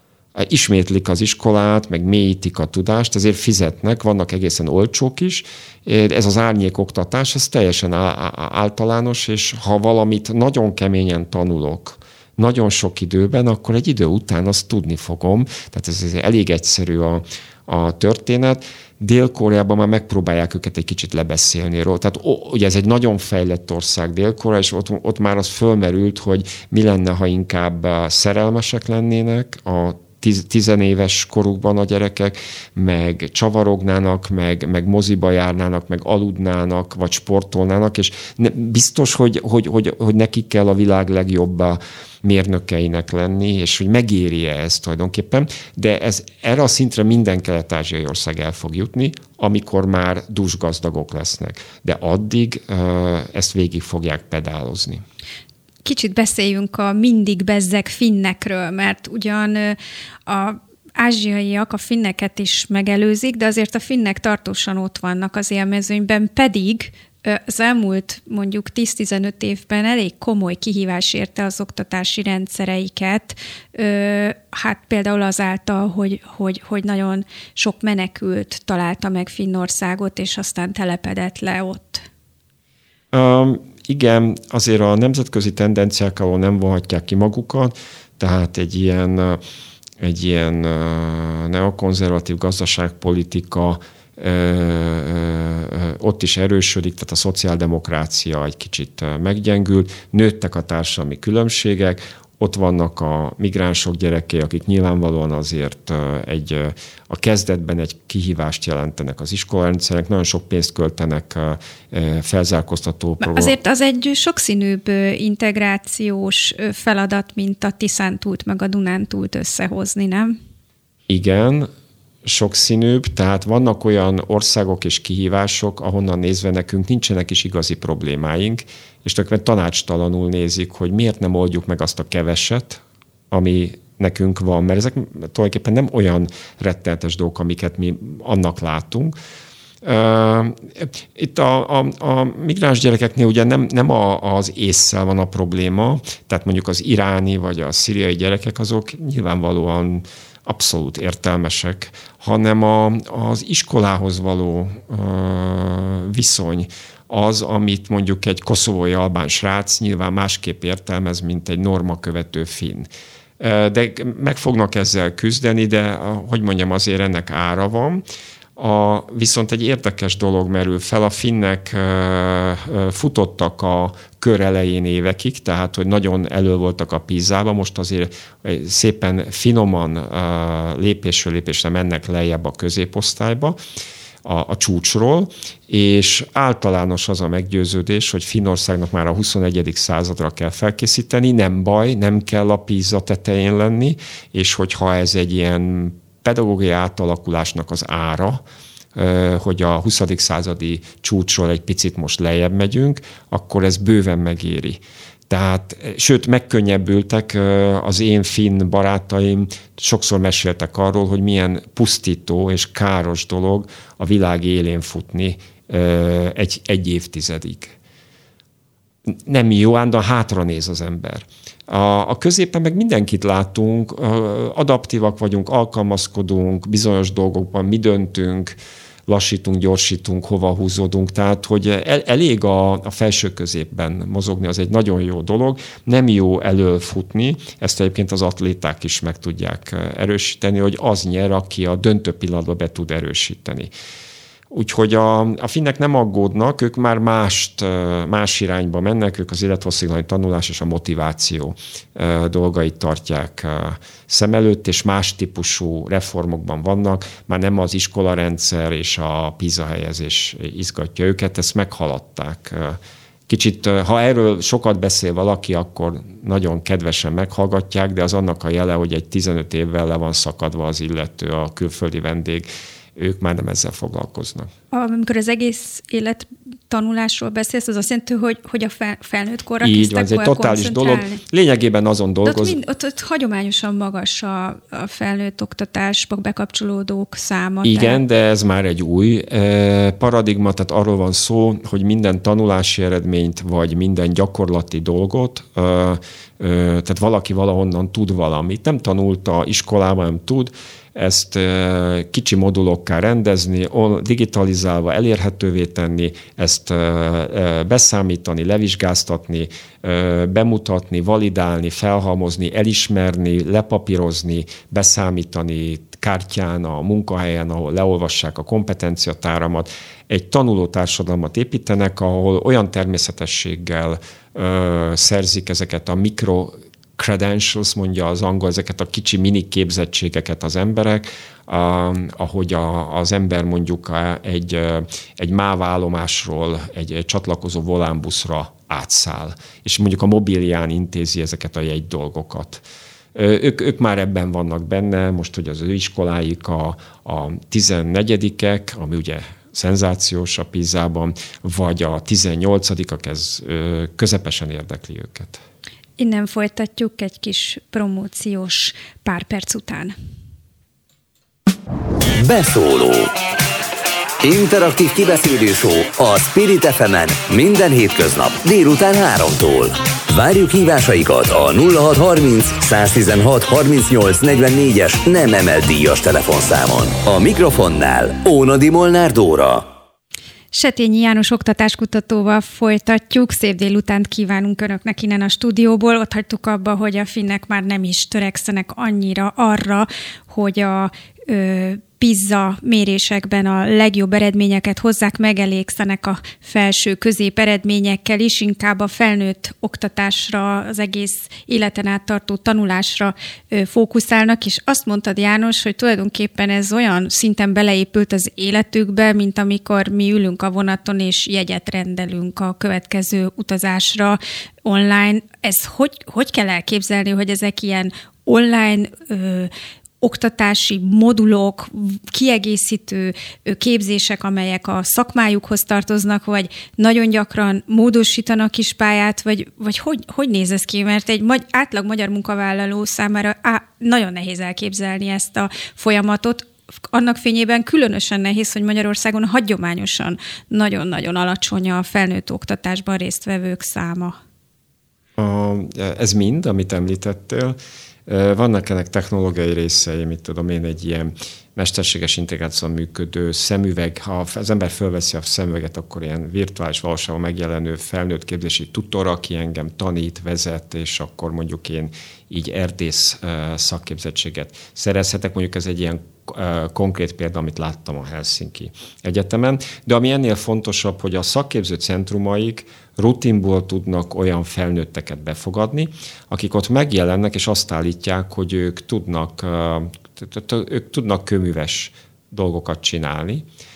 Ismétlik az iskolát, meg mélyítik a tudást, ezért fizetnek, vannak egészen olcsók is. Ez az árnyék oktatás, ez teljesen általános, és ha valamit nagyon keményen tanulok, nagyon sok időben, akkor egy idő után azt tudni fogom. Tehát ez elég egyszerű a, a történet. Dél-Koreában már megpróbálják őket egy kicsit lebeszélni róla. Tehát ó, ugye ez egy nagyon fejlett ország, Dél-Korea, és ott, ott már az fölmerült, hogy mi lenne, ha inkább szerelmesek lennének a tizenéves korukban a gyerekek, meg csavarognának, meg, meg moziba járnának, meg aludnának, vagy sportolnának, és ne, biztos, hogy, hogy, hogy, hogy nekik kell a világ legjobb mérnökeinek lenni, és hogy megéri-e ez tulajdonképpen, de ez, erre a szintre minden kelet-ázsiai ország el fog jutni, amikor már dúsgazdagok lesznek. De addig uh, ezt végig fogják pedálozni. Kicsit beszéljünk a mindig bezzeg finnekről, mert ugyan a ázsiaiak a finneket is megelőzik, de azért a finnek tartósan ott vannak az élmezőnyben, pedig az elmúlt mondjuk tíz-tizenöt évben elég komoly kihívás érte az oktatási rendszereiket, hát például azáltal, hogy, hogy, hogy nagyon sok menekült találta meg Finnországot, és aztán telepedett le ott. Um. Igen, azért a nemzetközi tendenciák alól nem vonhatják ki magukat, tehát egy ilyen, egy ilyen neokonzervatív gazdaságpolitika ott is erősödik, tehát a szociáldemokrácia egy kicsit meggyengült, nőttek a társadalmi különbségek, ott vannak a migránsok gyerekei, akik nyilvánvalóan azért egy, a kezdetben egy kihívást jelentenek az iskolarendszerek, nagyon sok pénzt költenek felzárkóztató program. Azért az egy sokszínűbb integrációs feladat, mint a Tiszántúlt meg a Dunántúlt összehozni, nem? Igen, sokszínűbb, tehát vannak olyan országok és kihívások, ahonnan nézve nekünk nincsenek is igazi problémáink, és tulajdonképpen tanácstalanul nézik, hogy miért nem oldjuk meg azt a keveset, ami nekünk van, mert ezek tulajdonképpen nem olyan rettenetes dolgok, amiket mi annak látunk. Itt a, a, a migráns gyerekeknél ugye nem, nem a, az ésszel van a probléma, tehát mondjuk az iráni vagy a szíriai gyerekek azok nyilvánvalóan abszolút értelmesek, hanem a, az iskolához való uh, viszony az, amit mondjuk egy koszovói albán srác nyilván másképp értelmez, mint egy normakövető finn. De meg fognak ezzel küzdeni, de hogy mondjam, azért ennek ára van. A, viszont egy érdekes dolog merül fel, a finnek uh, futottak a kör elején évekig, tehát hogy nagyon elő voltak a PISA-ban, most azért szépen finoman uh, lépésről lépésre mennek lejjebb a középosztályba, a, a csúcsról, és általános az a meggyőződés, hogy Finnországnak már a huszonegyedik századra kell felkészíteni, nem baj, nem kell a PISA tetején lenni, és hogyha ez egy ilyen pedagógiai átalakulásnak az ára, hogy a huszadik századi csúcsról egy picit most lejjebb megyünk, akkor ez bőven megéri. Tehát, sőt, megkönnyebbültek az én finn barátaim, sokszor meséltek arról, hogy milyen pusztító és káros dolog a világ élén futni egy, egy évtizedig. Nem jó, ám, de hátra néz az ember. A, a középen meg mindenkit látunk, adaptívak vagyunk, alkalmazkodunk, bizonyos dolgokban mi döntünk, lassítunk, gyorsítunk, hova húzódunk. Tehát, hogy el, elég a, a felső középben mozogni, az egy nagyon jó dolog. Nem jó elől futni, ezt egyébként az atléták is meg tudják erősíteni, hogy az nyer, aki a döntő pillanatban be tud erősíteni. Úgyhogy a, a finnek nem aggódnak, ők már mást, más irányba mennek, ők az élethosszíglenes tanulás és a motiváció dolgait tartják szem előtt, és más típusú reformokban vannak, már nem az iskolarendszer és a PISA helyezés izgatja őket, ezt meghaladták. Kicsit, ha erről sokat beszél valaki, akkor nagyon kedvesen meghallgatják, de az annak a jele, hogy egy tizenöt évvel le van szakadva az illető, a külföldi vendég, ők már nem ezzel foglalkoznak. Amikor az egész élet tanulásról beszélsz, az azt jelenti, hogy, hogy a fel, felnőtt korra így van, ez egy totális dolog. Lényegében azon dolgoz. Ott, ott, ott hagyományosan magas a, a felnőtt oktatásba bekapcsolódók száma. Igen, tehát... de ez már egy új eh, paradigma, tehát arról van szó, hogy minden tanulási eredményt, vagy minden gyakorlati dolgot, eh, eh, tehát valaki valahonnan tud valamit. Nem tanulta iskolában, nem tud, ezt kicsi modulokká rendezni, digitalizálva elérhetővé tenni, ezt beszámítani, levizsgáztatni, bemutatni, validálni, felhalmozni, elismerni, lepapírozni, beszámítani kártyán, a munkahelyen, ahol leolvassák a kompetenciatáramat. Egy tanuló társadalmat építenek, ahol olyan természetességgel szerzik ezeket a mikro credentials, mondja az angol, ezeket a kicsi mini képzettségeket az emberek, ahogy a, az ember mondjuk egy, egy mávállomásról egy, egy csatlakozó volánbuszra átszáll, és mondjuk a mobilján intézi ezeket a jegy dolgokat. Ők, ők már ebben vannak benne, most, hogy az ő iskoláik a, a tizennegyedikek, ami ugye szenzációs a PISA-ban, vagy a tizennyolcadikak, ez közepesen érdekli őket. Innen folytatjuk egy kis promóciós pár perc után. Beszóló. Interaktív kibeszélő show a Spirit ef emen minden hétköznap délután háromtól. Várjuk hívásaikat a nulla hat harminc száztizenhat harmincnyolc negyvennégyes nem emelt díjas telefonszámon. A mikrofonnál Ónodi Molnár Dóra. Setényi János oktatáskutatóval folytatjuk. Szép délutánt kívánunk Önöknek innen a stúdióból. Ott hagytuk abba, hogy a finnek már nem is törekszenek annyira arra, hogy a ö, PISA mérésekben a legjobb eredményeket hozzák, megelégszenek a felső közép eredményekkel is, inkább a felnőtt oktatásra, az egész életen át tartó tanulásra ö, fókuszálnak, és azt mondtad, János, hogy tulajdonképpen ez olyan szinten beleépült az életükbe, mint amikor mi ülünk a vonaton, és jegyet rendelünk a következő utazásra online. Ez hogy, hogy kell elképzelni, hogy ezek ilyen online ö, oktatási modulok, kiegészítő képzések, amelyek a szakmájukhoz tartoznak, vagy nagyon gyakran módosítanak is pályát, vagy, vagy hogy, hogy néz ez ki? Mert egy magy- átlag magyar munkavállaló számára á, nagyon nehéz elképzelni ezt a folyamatot. Annak fényében különösen nehéz, hogy Magyarországon hagyományosan nagyon-nagyon alacsony a felnőtt oktatásban résztvevők száma. A, ez mind, amit említettél. Vannak ennek technológiai részei, mit tudom én, egy ilyen mesterséges integrációval működő szemüveg. Ha az ember fölveszi a szemüveget, akkor ilyen virtuális valóságban megjelenő felnőtt képzési tutor, aki engem tanít, vezet, és akkor mondjuk én így erdész szakképzettséget szerezhetek. Mondjuk ez egy ilyen konkrét példa, amit láttam a Helsinki Egyetemen. De ami ennél fontosabb, hogy a szakképző centrumaik rutinból tudnak olyan felnőtteket befogadni, akik ott megjelennek, és azt állítják, hogy ők tudnak, ők tudnak köműves dolgokat csinálni,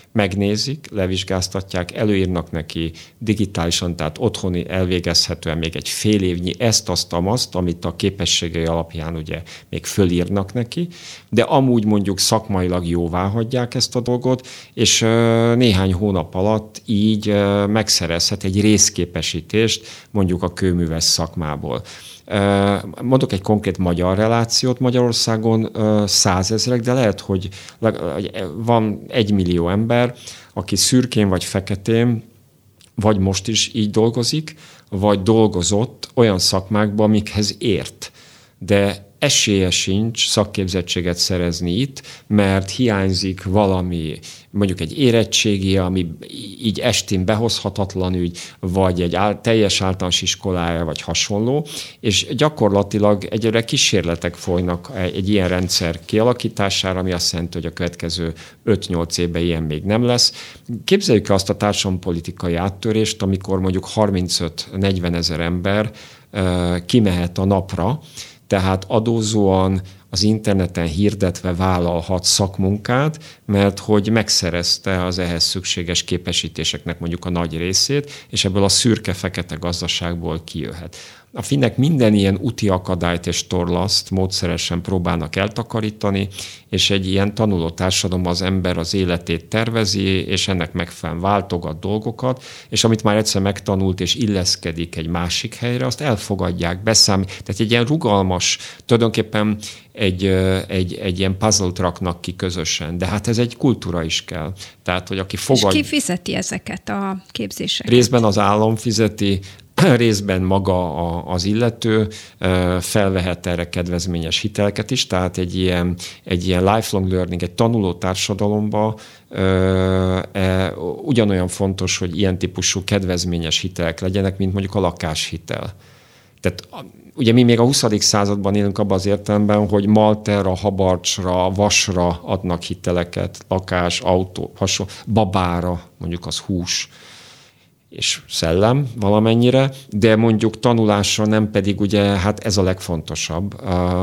megnézik, levizsgáztatják, előírnak neki digitálisan, tehát otthoni elvégezhetően még egy fél évnyi ezt, azt, azt, amit a képességei alapján ugye még fölírnak neki, de amúgy mondjuk szakmailag jóvá hagyják ezt a dolgot, és néhány hónap alatt így megszerezhet egy részképesítést mondjuk a kőműves szakmából. Mondok egy konkrét magyar relációt. Magyarországon százezrek, de lehet, hogy van egy millió ember, aki szürkén vagy feketén, vagy most is így dolgozik, vagy dolgozott olyan szakmákban, amikhez ért. De esélye sincs szakképzettséget szerezni itt, mert hiányzik valami, mondjuk egy érettségi, ami így estén behozhatatlan ügy, vagy egy áll, teljes általános iskolája, vagy hasonló, és gyakorlatilag egyre kísérletek folynak egy ilyen rendszer kialakítására, ami azt jelenti, hogy a következő öt-nyolc évben ilyen még nem lesz. Képzeljük azt a társadalompolitikai áttörést, amikor mondjuk harmincöt-negyven ezer ember uh, kimehet a napra, tehát adózóan az interneten hirdetve vállalhat szakmunkát, mert hogy megszerezte az ehhez szükséges képesítéseknek mondjuk a nagy részét, és ebből a szürke-fekete gazdaságból kijöhet. A finnek minden ilyen úti akadályt és torlaszt módszeresen próbálnak eltakarítani, és egy ilyen tanuló társadalomban az ember az életét tervezi, és ennek megfelelően váltogat dolgokat, és amit már egyszer megtanult és illeszkedik egy másik helyre, azt elfogadják, beszámít. Tehát egy ilyen rugalmas, tulajdonképpen egy, egy, egy ilyen puzzle-t raknak ki közösen, de hát ez egy kultúra is kell. Tehát, hogy aki fogad... És ki fizeti ezeket a képzéseket? Részben az állam fizeti, részben maga a, az illető felvehet erre kedvezményes hiteleket is, tehát egy ilyen, egy ilyen lifelong learning, egy tanuló társadalomban e, ugyanolyan fontos, hogy ilyen típusú kedvezményes hitelek legyenek, mint mondjuk a lakáshitel. Tehát ugye mi még a huszadik században élünk abban az értelemben, hogy malterra, habarcsra, vasra adnak hiteleket, lakás, autó, hasonló, babára, mondjuk az hús és szellem valamennyire, de mondjuk tanulásra nem pedig ugye, hát ez a legfontosabb,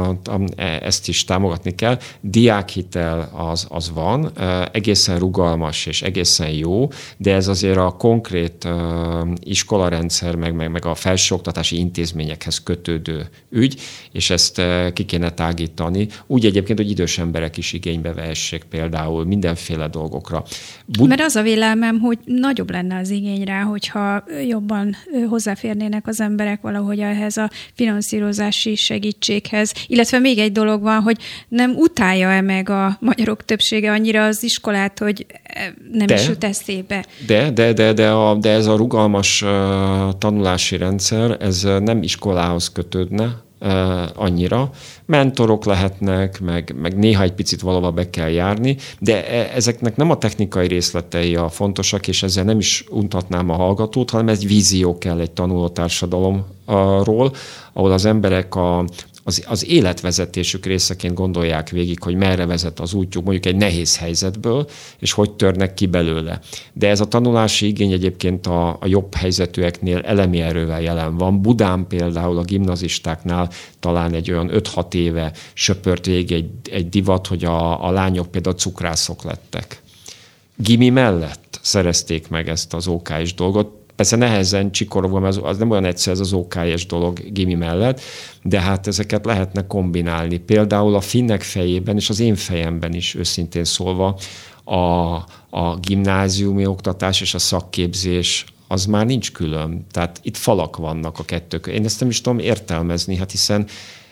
ezt is támogatni kell. Diákhitel az, az van, egészen rugalmas és egészen jó, de ez azért a konkrét iskolarendszer, meg, meg, meg a felsőoktatási intézményekhez kötődő ügy, és ezt ki kéne tágítani. Úgy egyébként, hogy idős emberek is igénybe vehessék például mindenféle dolgokra. Bud- Mert az a vélelmem, hogy nagyobb lenne az igény rá, hogyha jobban hozzáférnének az emberek valahogy ehhez a finanszírozási segítséghez. Illetve még egy dolog van, hogy nem utálja-e meg a magyarok többsége annyira az iskolát, hogy nem de, is jut eszébe. De, de, de, de, a, de ez a rugalmas uh, tanulási rendszer, ez nem iskolához kötődne, Uh, annyira. Mentorok lehetnek, meg, meg néha egy picit valahol be kell járni, de ezeknek nem a technikai részletei a fontosak, és ezzel nem is untatnám a hallgatót, hanem egy vízió kell egy tanulótársadalomról, ahol az emberek a Az, az életvezetésük részeként gondolják végig, hogy merre vezet az útjuk, mondjuk egy nehéz helyzetből, és hogy törnek ki belőle. De ez a tanulási igény egyébként a, a jobb helyzetűeknél elemi erővel jelen van. Budán például a gimnazistáknál talán egy olyan öt-hat éve söpört végig egy, egy divat, hogy a, a lányok például cukrászok lettek. Gimi mellett szerezték meg ezt az ó ká es dolgot. Persze nehezen csikorogom, az nem olyan egyszerű ez az ó ká es dolog gimi mellett, de hát ezeket lehetne kombinálni. Például a finnek fejében, és az én fejemben is őszintén szólva, a, a gimnáziumi oktatás és a szakképzés az már nincs külön. Tehát itt falak vannak a kettők. Én ezt nem is tudom értelmezni, hát hiszen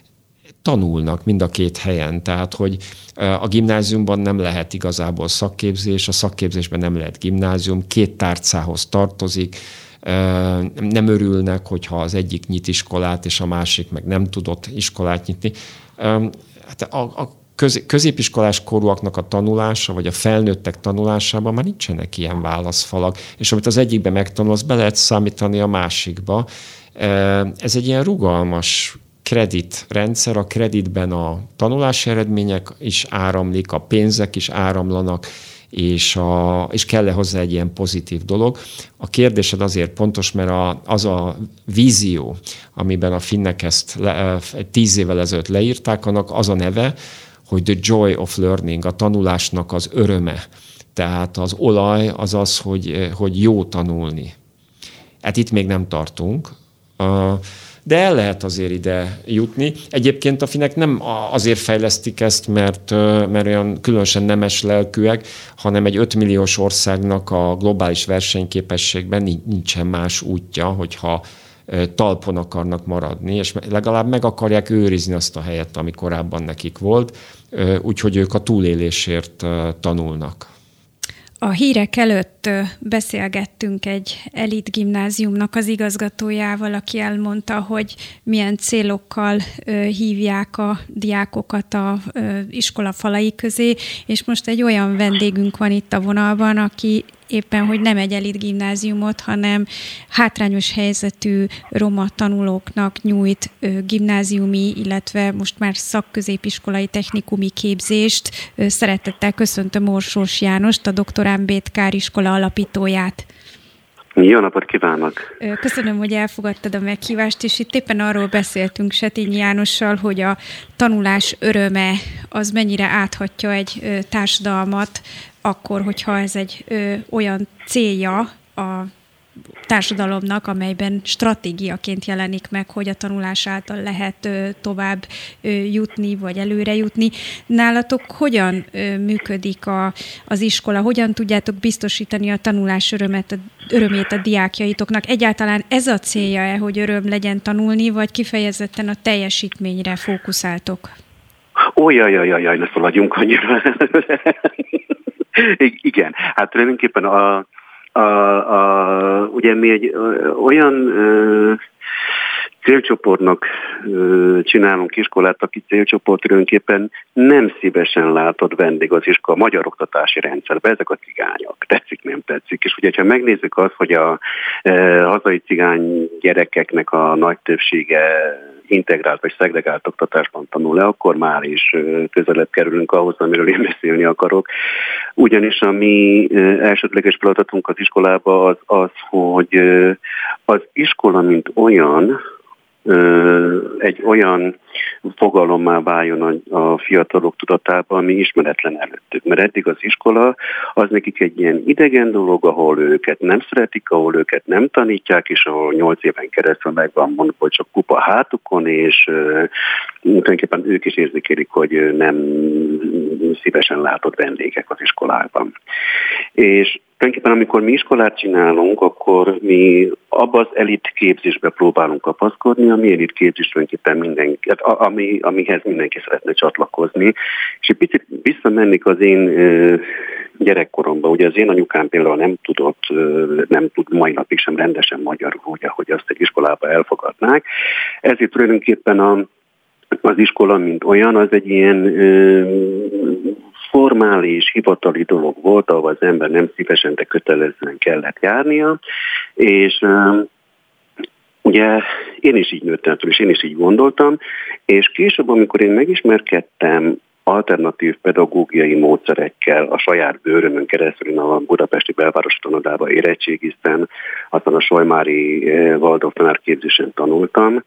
tanulnak mind a két helyen, tehát hogy a gimnáziumban nem lehet igazából szakképzés, a szakképzésben nem lehet gimnázium, két tárcához tartozik, nem örülnek, hogyha az egyik nyit iskolát, és a másik meg nem tudott iskolát nyitni. A középiskolás korúaknak a tanulása, vagy a felnőttek tanulásában már nincsenek ilyen válaszfalak, és amit az egyikben megtanulsz, be lehet számítani a másikba. Ez egy ilyen rugalmas kreditrendszer, a kreditben a tanulási eredmények is áramlik, a pénzek is áramlanak, és, a, és kell-e hozzá egy ilyen pozitív dolog. A kérdésed azért pontos, mert a, az a vízió, amiben a finnek ezt le, tíz évvel ezelőtt leírták, annak az a neve, hogy the joy of learning, a tanulásnak az öröme. Tehát az olaj az az, hogy, hogy jó tanulni. Hát itt még nem tartunk, de el lehet azért ide jutni. Egyébként a finnek nem azért fejlesztik ezt, mert, mert olyan különösen nemes lelkűek, hanem egy ötmilliós országnak a globális versenyképességben nincsen más útja, hogyha talpon akarnak maradni, és legalább meg akarják őrizni azt a helyet, ami korábban nekik volt, úgyhogy ők a túlélésért tanulnak. A hírek előtt beszélgettünk egy elit gimnáziumnak az igazgatójával, aki elmondta, hogy milyen célokkal hívják a diákokat az iskola falai közé, és most egy olyan vendégünk van itt a vonalban, aki éppen, hogy nem egy elit gimnáziumot, hanem hátrányos helyzetű roma tanulóknak nyújt gimnáziumi, illetve most már szakközépiskolai technikumi képzést. Szeretettel köszöntöm Orsós Jánost, a doktor Ambedkar iskola alapítóját. Jó napot kívánok! Köszönöm, hogy elfogadtad a meghívást, és itt éppen arról beszéltünk Setényi Jánossal, hogy a tanulás öröme az mennyire áthatja egy társadalmat, akkor, hogyha ez egy ö, olyan célja a társadalomnak, amelyben stratégiaként jelenik meg, hogy a tanulás által lehet ö, tovább ö, jutni, vagy előre jutni. Nálatok hogyan ö, működik a, az iskola? Hogyan tudjátok biztosítani a tanulás örömet, a, örömét a diákjaitoknak? Egyáltalán ez a célja-e, hogy öröm legyen tanulni, vagy kifejezetten a teljesítményre fókuszáltok? Ó, jaj, jaj, jaj, jaj, ne szaladjunk annyira. Igen, hát tulajdonképpen a, a, a, ugye mi egy olyan ö, célcsoportnak ö, csinálunk iskolát, aki célcsoport tulajdonképpen nem szívesen látott vendég az iskola, a magyar oktatási rendszerben, ezek a cigányok, tetszik, nem tetszik. És ugye, ha megnézzük azt, hogy a e, hazai cigány gyerekeknek a nagy többsége integrált vagy szegregált oktatásban tanul le, akkor már is közelebb kerülünk ahhoz, amiről én beszélni akarok. Ugyanis a mi elsődleges feladatunk az iskolában az az, hogy az iskola, mint olyan, egy olyan fogalommá váljon a, a fiatalok tudatában, ami ismeretlen előttük. Mert eddig az iskola az nekik egy ilyen idegen dolog, ahol őket nem szeretik, ahol őket nem tanítják, és ahol nyolc éven keresztül megvan mondva, hogy csak kupa hátukon, és uh, tulajdonképpen ők is érzékelik, hogy nem szívesen látott vendégek az iskolában. És tulajdonképpen amikor mi iskolát csinálunk, akkor mi abba az elit képzésbe próbálunk kapaszkodni, ami elit képzés tulajdonképpen mindenki, ami, amihez mindenki szeretne csatlakozni. És egy picit visszamennék az én ö, gyerekkoromban. Ugye az én anyukám például nem tudott, ö, nem tud mai napig sem rendesen magyarul, ugye, hogy azt egy iskolába elfogadnák. Ezért tulajdonképpen a, az iskola, mint olyan, az egy ilyen ö, formális, hivatali dolog volt, ahol az ember nem szívesen, de kötelezően kellett járnia, és uh, ugye én is így nőttem, és én is így gondoltam, és később, amikor én megismerkedtem alternatív pedagógiai módszerekkel a saját bőrömön keresztül, én a budapesti belvárosi tanodában érettségiztem, aztán a Solymári Waldorf tanárképzésen tanultam,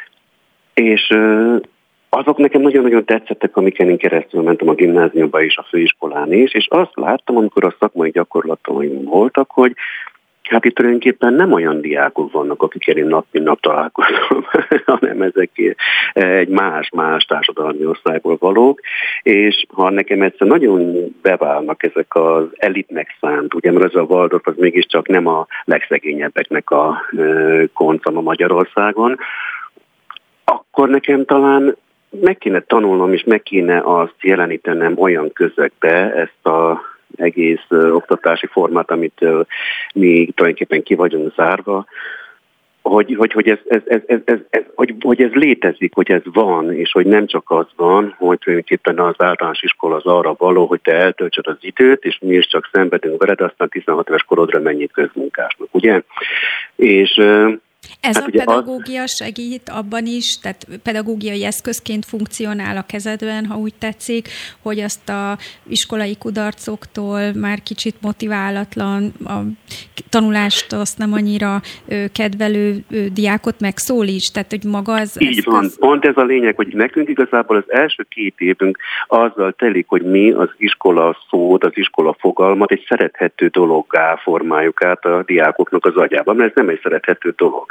és uh, azok nekem nagyon-nagyon tetszettek, amiken én keresztül mentem a gimnáziumba és a főiskolán is, és azt láttam, amikor a szakmai gyakorlataim voltak, hogy hát itt tulajdonképpen nem olyan diákok vannak, akikkel én nap mint nap találkozom, hanem ezek egy más-más társadalmi osztályból valók, és ha nekem egyszer nagyon beválnak ezek az elitnek szánt, ugye, mert ez a Waldorf az mégiscsak nem a legszegényebbeknek a koncam a Magyarországon, akkor nekem talán meg kéne tanulnom, és meg kéne azt jelenítenem olyan közegbe, ezt az egész uh, oktatási formát, amit uh, mi tulajdonképpen ki vagyunk zárva, hogy, hogy, hogy, ez, ez, ez, ez, ez, ez, hogy, hogy ez létezik, hogy ez van, és hogy nem csak az van, hogy tulajdonképpen az általános iskola az arra való, hogy te eltöltsd az időt, és mi is csak szenvedünk veled, aztán tizenhat éves korodra mennyit közmunkásnak, ugye? És... Uh, Ez hát a pedagógia az... segít abban is, tehát pedagógiai eszközként funkcionál a kezedben, ha úgy tetszik, hogy azt a iskolai kudarcoktól már kicsit motiválatlan, a tanulást azt nem annyira kedvelő diákot megszólíts, tehát hogy maga az Így eszköz... van, pont ez a lényeg, hogy nekünk igazából az első két évünk azzal telik, hogy mi az iskola szót, az iskola fogalmat egy szerethető dologgá formáljuk át a diákoknak az agyában, mert ez nem egy szerethető dolog.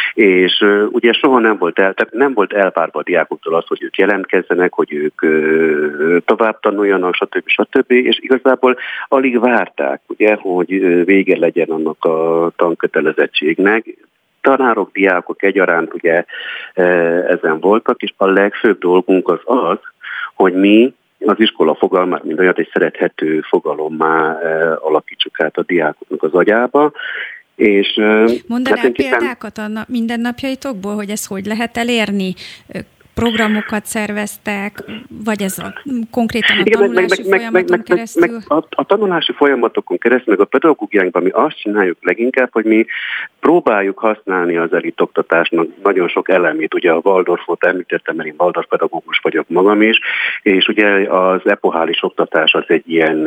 És uh, ugye soha nem volt, el, tehát nem volt elvárva a diákoktól az, hogy ők jelentkezzenek, hogy ők uh, tovább tanuljanak, stb. stb. És igazából alig várták, ugye, hogy uh, vége legyen annak a tankötelezettségnek. Tanárok, diákok egyaránt ugye uh, ezen voltak, és a legfőbb dolgunk az az, hogy mi az iskola fogalmát, mint olyat egy szerethető fogalommá uh, alakítsuk át a diákoknak az agyába. És, mondanál hát példákat a mindennapjaitokból, hogy ezt hogy lehet elérni? Programokat szerveztek, vagy ez a, konkrétan a igen, tanulási meg, folyamaton meg, meg, keresztül? Meg, meg a, a tanulási folyamatokon keresztül, meg a pedagógiánkban mi azt csináljuk leginkább, hogy mi próbáljuk használni az elitoktatásnak nagyon sok elemét. Ugye a Waldorfot említettem, mert én Waldorf pedagógus vagyok magam is, és ugye az epohális oktatás az egy ilyen...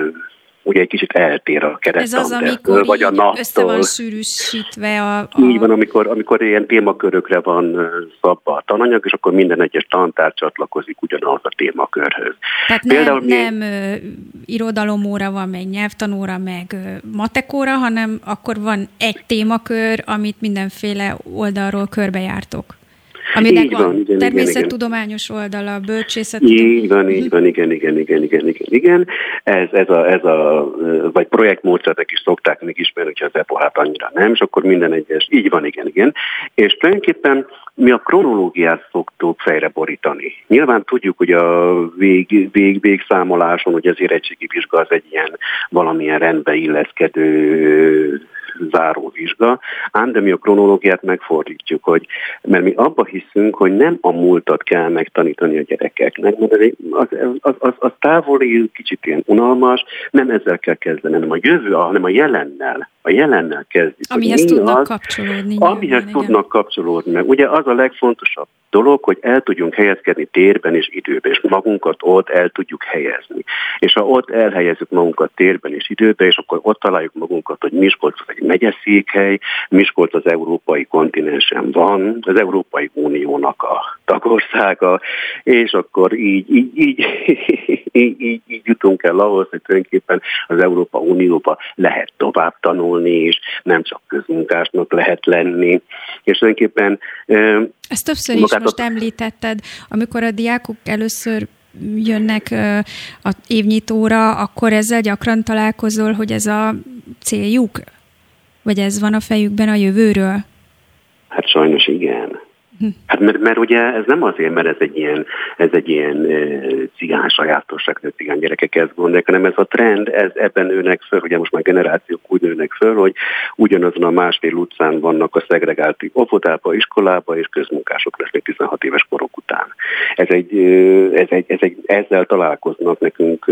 ugye egy kicsit eltér a kereszttantervtől, vagy a nattól. Össze van sűrűsítve a... a... Így van, amikor, amikor ilyen témakörökre van szabva a tananyag, és akkor minden egyes tantár csatlakozik ugyanaz a témakörhöz. Tehát Például nem, mi... nem irodalomóra van, meg nyelvtanóra, meg matekóra, hanem akkor van egy témakör, amit mindenféle oldalról körbejártok. Aminek így van, van igen, természettudományos igen, oldala, bölcsészettudományos. Így van, így van, igen, igen, igen, igen, igen, igen. Ez, ez, a, ez a, vagy projektmódszerek is szokták még ismerni, hogyha az epohát annyira nem, és akkor minden egyes, így van, igen, igen. És tulajdonképpen mi a kronológiát szoktuk fejre borítani. Nyilván tudjuk, hogy a vég, vég, végszámoláson, hogy az érettségi vizsga az egy ilyen valamilyen rendbe illeszkedő záróvizsga, ám de mi a kronológiát megfordítjuk, hogy, mert mi abba hiszünk, hogy nem a múltat kell megtanítani a gyerekeknek, mert az, az, az, az távoli, kicsit ilyen unalmas, nem ezzel kell kezdeni, hanem a jövő, hanem a jelennel, a jelennel kezdjük. Amihez tudnak az, kapcsolódni. Amihez nyilván, tudnak igen. kapcsolódni. Meg ugye az a legfontosabb dolog, hogy el tudjunk helyezkedni térben és időben, és magunkat ott el tudjuk helyezni. És ha ott elhelyezzük magunkat térben és időben, és akkor ott találjuk magunkat, hogy Miskolc egy megyeszékhely, Miskolc az európai kontinensen van, az Európai Uniónak a tagországa, és akkor így, így, így, így, így, így jutunk el ahhoz, hogy tulajdonképpen az Európai Unióba lehet tovább tanulni, és nem csak közmunkásnak lehet lenni. És tulajdonképpen... Ezt többször is most említetted, amikor a diákok először jönnek az évnyitóra, akkor ezzel gyakran találkozol, hogy ez a céljuk? Vagy ez van a fejükben a jövőről? Hát sajnos igen. Hát mert, mert ugye ez nem azért, mert ez egy ilyen, ez egy ilyen e, cigány sajátosság, hogy a cigány gyerekek ezt gondolják, hanem ez a trend, ez ebben nőnek föl, ugye most már generációk úgy nőnek föl, hogy ugyanazon a másfél utcán vannak a szegregált óvodába, iskolába, és közmunkások lesznek tizenhat éves korok után. Ez egy, ez egy, ez egy ezzel találkoznak nekünk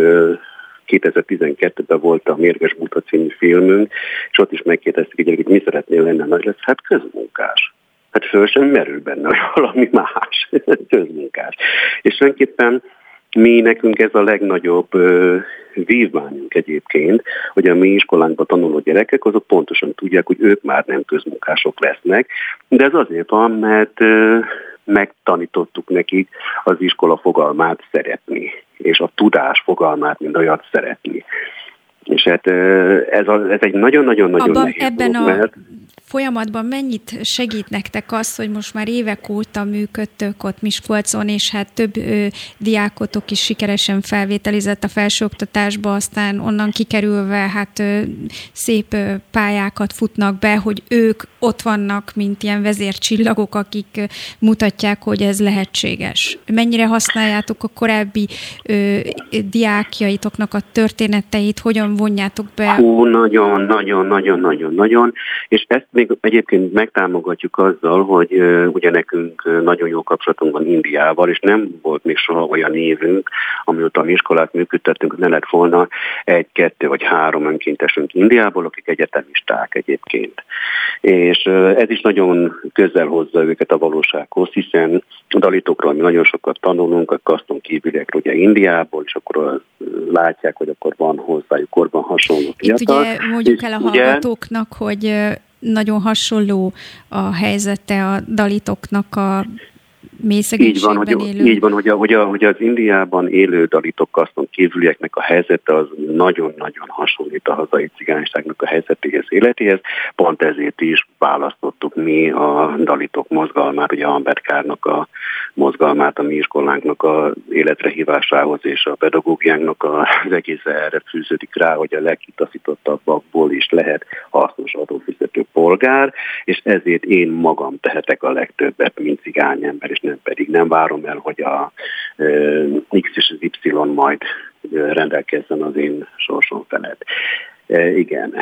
kétezer-tizenkettőben volt a Mérges Buta című filmünk, és ott is megkérdeztük, hogy mi szeretnél lenni nagy lesz, hát közmunkás. Hát föl sem merül benne, hogy valami más, közmunkás. És tulajdonképpen mi nekünk ez a legnagyobb ö, vívmányunk egyébként, hogy a mi iskolánkban tanuló gyerekek, azok pontosan tudják, hogy ők már nem közmunkások lesznek, de ez azért van, mert ö, megtanítottuk nekik az iskola fogalmát szeretni, és a tudás fogalmát, mint olyat szeretni. És hát ez, a, ez egy nagyon-nagyon-nagyon Abba, nehéz ebben dolog, a mert... folyamatban mennyit segít nektek az, hogy most már évek óta működtök ott Miskolcon, és hát több ö, diákotok is sikeresen felvételizett a felsőoktatásba, aztán onnan kikerülve hát ö, szép ö, pályákat futnak be, hogy ők ott vannak, mint ilyen vezércsillagok, akik ö, mutatják, hogy ez lehetséges. Mennyire használjátok a korábbi ö, diákjaitoknak a történeteit, hogyan vonjátok be? Hú, nagyon, nagyon, nagyon, nagyon, nagyon, és ezt még még egyébként megtámogatjuk azzal, hogy ugye nekünk nagyon jó kapcsolatunk van Indiával, és nem volt még soha olyan névünk, amióta mi iskolát működtettünk, ne lett volna egy, kettő vagy három önkéntesünk Indiából, akik egyetemisták egyébként. És ez is nagyon közel hozza őket a valósághoz, hiszen a dalitokról mi nagyon sokat tanulunk, a kaszton kívüliekről ugye Indiából, és akkor látják, hogy akkor van hozzájuk korban hasonló fiatal. Itt ugye mondjuk el a hallgatóknak, hogy nagyon hasonló a helyzete a dalitoknak a mély szegénységben így van, élő. Hogy, így van, hogy, a, hogy, a, hogy az Indiában élő dalitok kaszton kívülieknek a helyzete az nagyon-nagyon hasonlít a hazai cigányságnak a helyzetéhez, életéhez. Pont ezért is választottuk mi a dalitok mozgalmát, ugye Ambedkárnak a mozgalmát, a mi iskolánknak a életre hívásához, és a pedagógiánknak az egész erre fűződik rá, hogy a legkitaszítottabbakból is lehet hasznos adófizető polgár, és ezért én magam tehetek a legtöbbet, mint cigányember, és nem pedig nem várom el, hogy a uh, X és az Y majd uh, rendelkezzen az én sorsom felett. Uh, igen.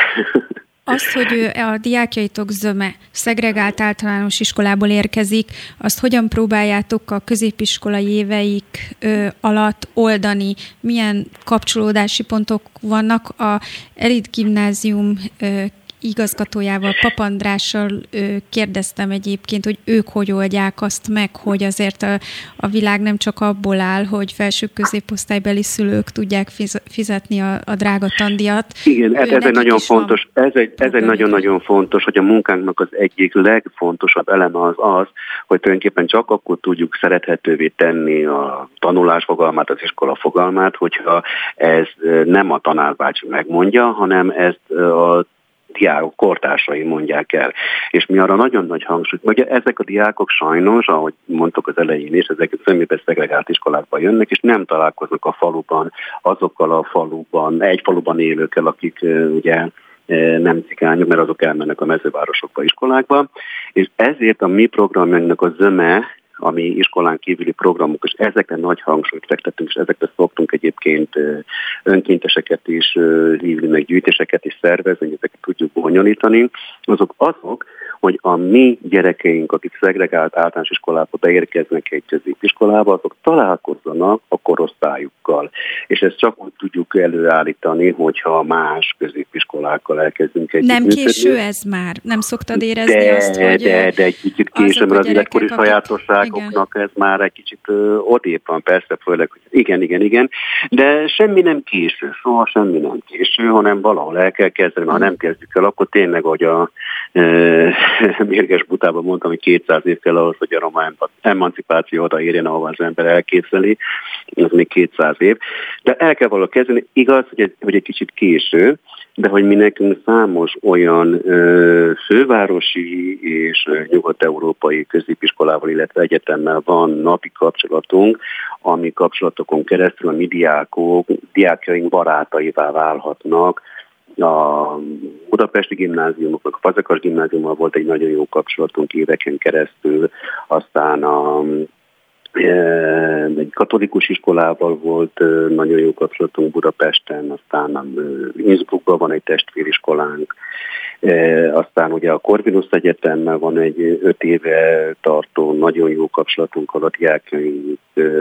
Azt, hogy a diákjaitok zöme szegregált általános iskolából érkezik, azt hogyan próbáljátok a középiskolai éveik ö, alatt oldani? Milyen kapcsolódási pontok vannak? A Elit Gimnázium ö, igazgatójával, Pap Andrással ö, kérdeztem egyébként, hogy ők hogy oldják azt meg, hogy azért a, a világ nem csak abból áll, hogy felső középosztálybeli szülők tudják fizetni a, a drága tandíjat. Igen, ez, ez egy nagyon fontos, ez egy, ez egy nagyon-nagyon fontos, hogy a munkánknak az egyik legfontosabb eleme az az, hogy tulajdonképpen csak akkor tudjuk szerethetővé tenni a tanulás fogalmát, az iskola fogalmát, hogyha ez nem a tanárbácsi megmondja, hanem ezt a diákok kortársai mondják el. És mi arra nagyon nagy hangsúlyt, hogy ezek a diákok sajnos, ahogy mondtuk az elején is, ezek személyben szegregált iskolákba jönnek, és nem találkoznak a faluban azokkal a faluban, egy faluban élőkkel, akik ugye nem cigányok, mert azok elmennek a mezővárosokba, iskolákba, és ezért a mi programjunknak a zöme, ami iskolán kívüli programok, és ezekre nagy hangsúlyt fektettünk, és ezekre szoktunk egyébként önkénteseket is hívni, meg gyűjtéseket is szervezni, hogy ezeket tudjuk bonyolítani, azok azok, hogy a mi gyerekeink, akik szegregált általános iskolába beérkeznek egy középiskolába, azok találkozzanak a korosztályukkal. És ezt csak úgy tudjuk előállítani, hogyha más középiskolákkal elkezdünk együtt Nem működni. késő ez már? Nem szoktad érezni de, azt, hogy... De, de egy kicsit késő, mert az életkori akik... sajátosságoknak igen. Ez már egy kicsit uh, odébb van, persze, főleg, hogy igen, igen, igen, de semmi nem késő, soha semmi nem késő, hanem valahol el kell kezdeni, ha nem kezdjük el, akkor tényleg, hogy a uh, mérges butában mondtam, hogy kétszáz év kell ahhoz, hogy a roma emancipáció odaérjen, ahol az ember elképzeli, az még kétszáz év. De el kell valahogy kezdeni, igaz, hogy egy, hogy egy kicsit késő, de hogy mi nekünk számos olyan ö, fővárosi és ö, nyugat-európai középiskolával, illetve egyetemmel van napi kapcsolatunk, ami kapcsolatokon keresztül a mi diákok, diákjaink barátaivá válhatnak. A budapesti gimnáziumoknak, a Fazekas gimnáziummal volt egy nagyon jó kapcsolatunk éveken keresztül, aztán a egy katolikus iskolával volt nagyon jó kapcsolatunk Budapesten, aztán Innsbruckban van egy testvériskolánk, aztán ugye a Corvinus Egyetemmel van egy öt éve tartó nagyon jó kapcsolatunk, a diákjaink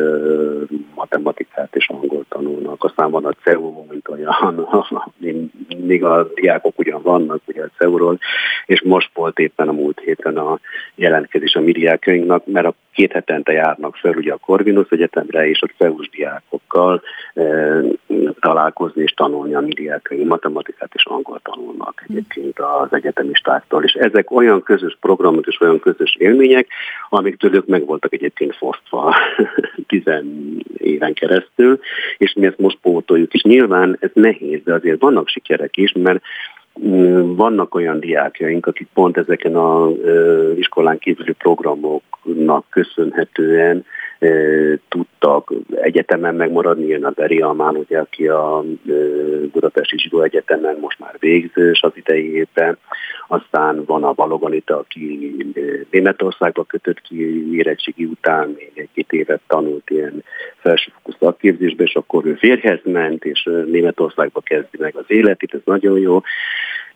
matematikát és angol tanulnak, aztán van a cé e u, mint olyan, még a diákok ugyan vannak ugye a cé e u-ról, és most volt éppen a múlt héten a jelentkezés a mi diákjainknak, mert a két hetente járnak fel ugye a Corvinus Egyetemre, és a cé e u-s diákokkal e, találkozni és tanulni a mi diákjaink, matematikát és angol tanulnak egyébként az egyetemistáktól, és ezek olyan közös programok és olyan közös élmények, amik tőlük meg voltak egyébként fosztva tizen éven keresztül, és mi ezt most pótoljuk, és nyilván ez nehéz, de azért vannak sikerek is, mert vannak olyan diákjaink, akik pont ezeken az iskolán kívüli programoknak köszönhetően e, tudtak egyetemen megmaradni, jön a Beri Almán, ugye, aki a e, Budapesti Zsidó Egyetemen most már végzős az idei évben, aztán van a Baloganita, aki Németországba kötött ki érettségi után, még egy-két évet tanult ilyen felsőfokú szakképzésbe, és akkor ő férjhez ment, és Németországba kezdi meg az életét, ez nagyon jó.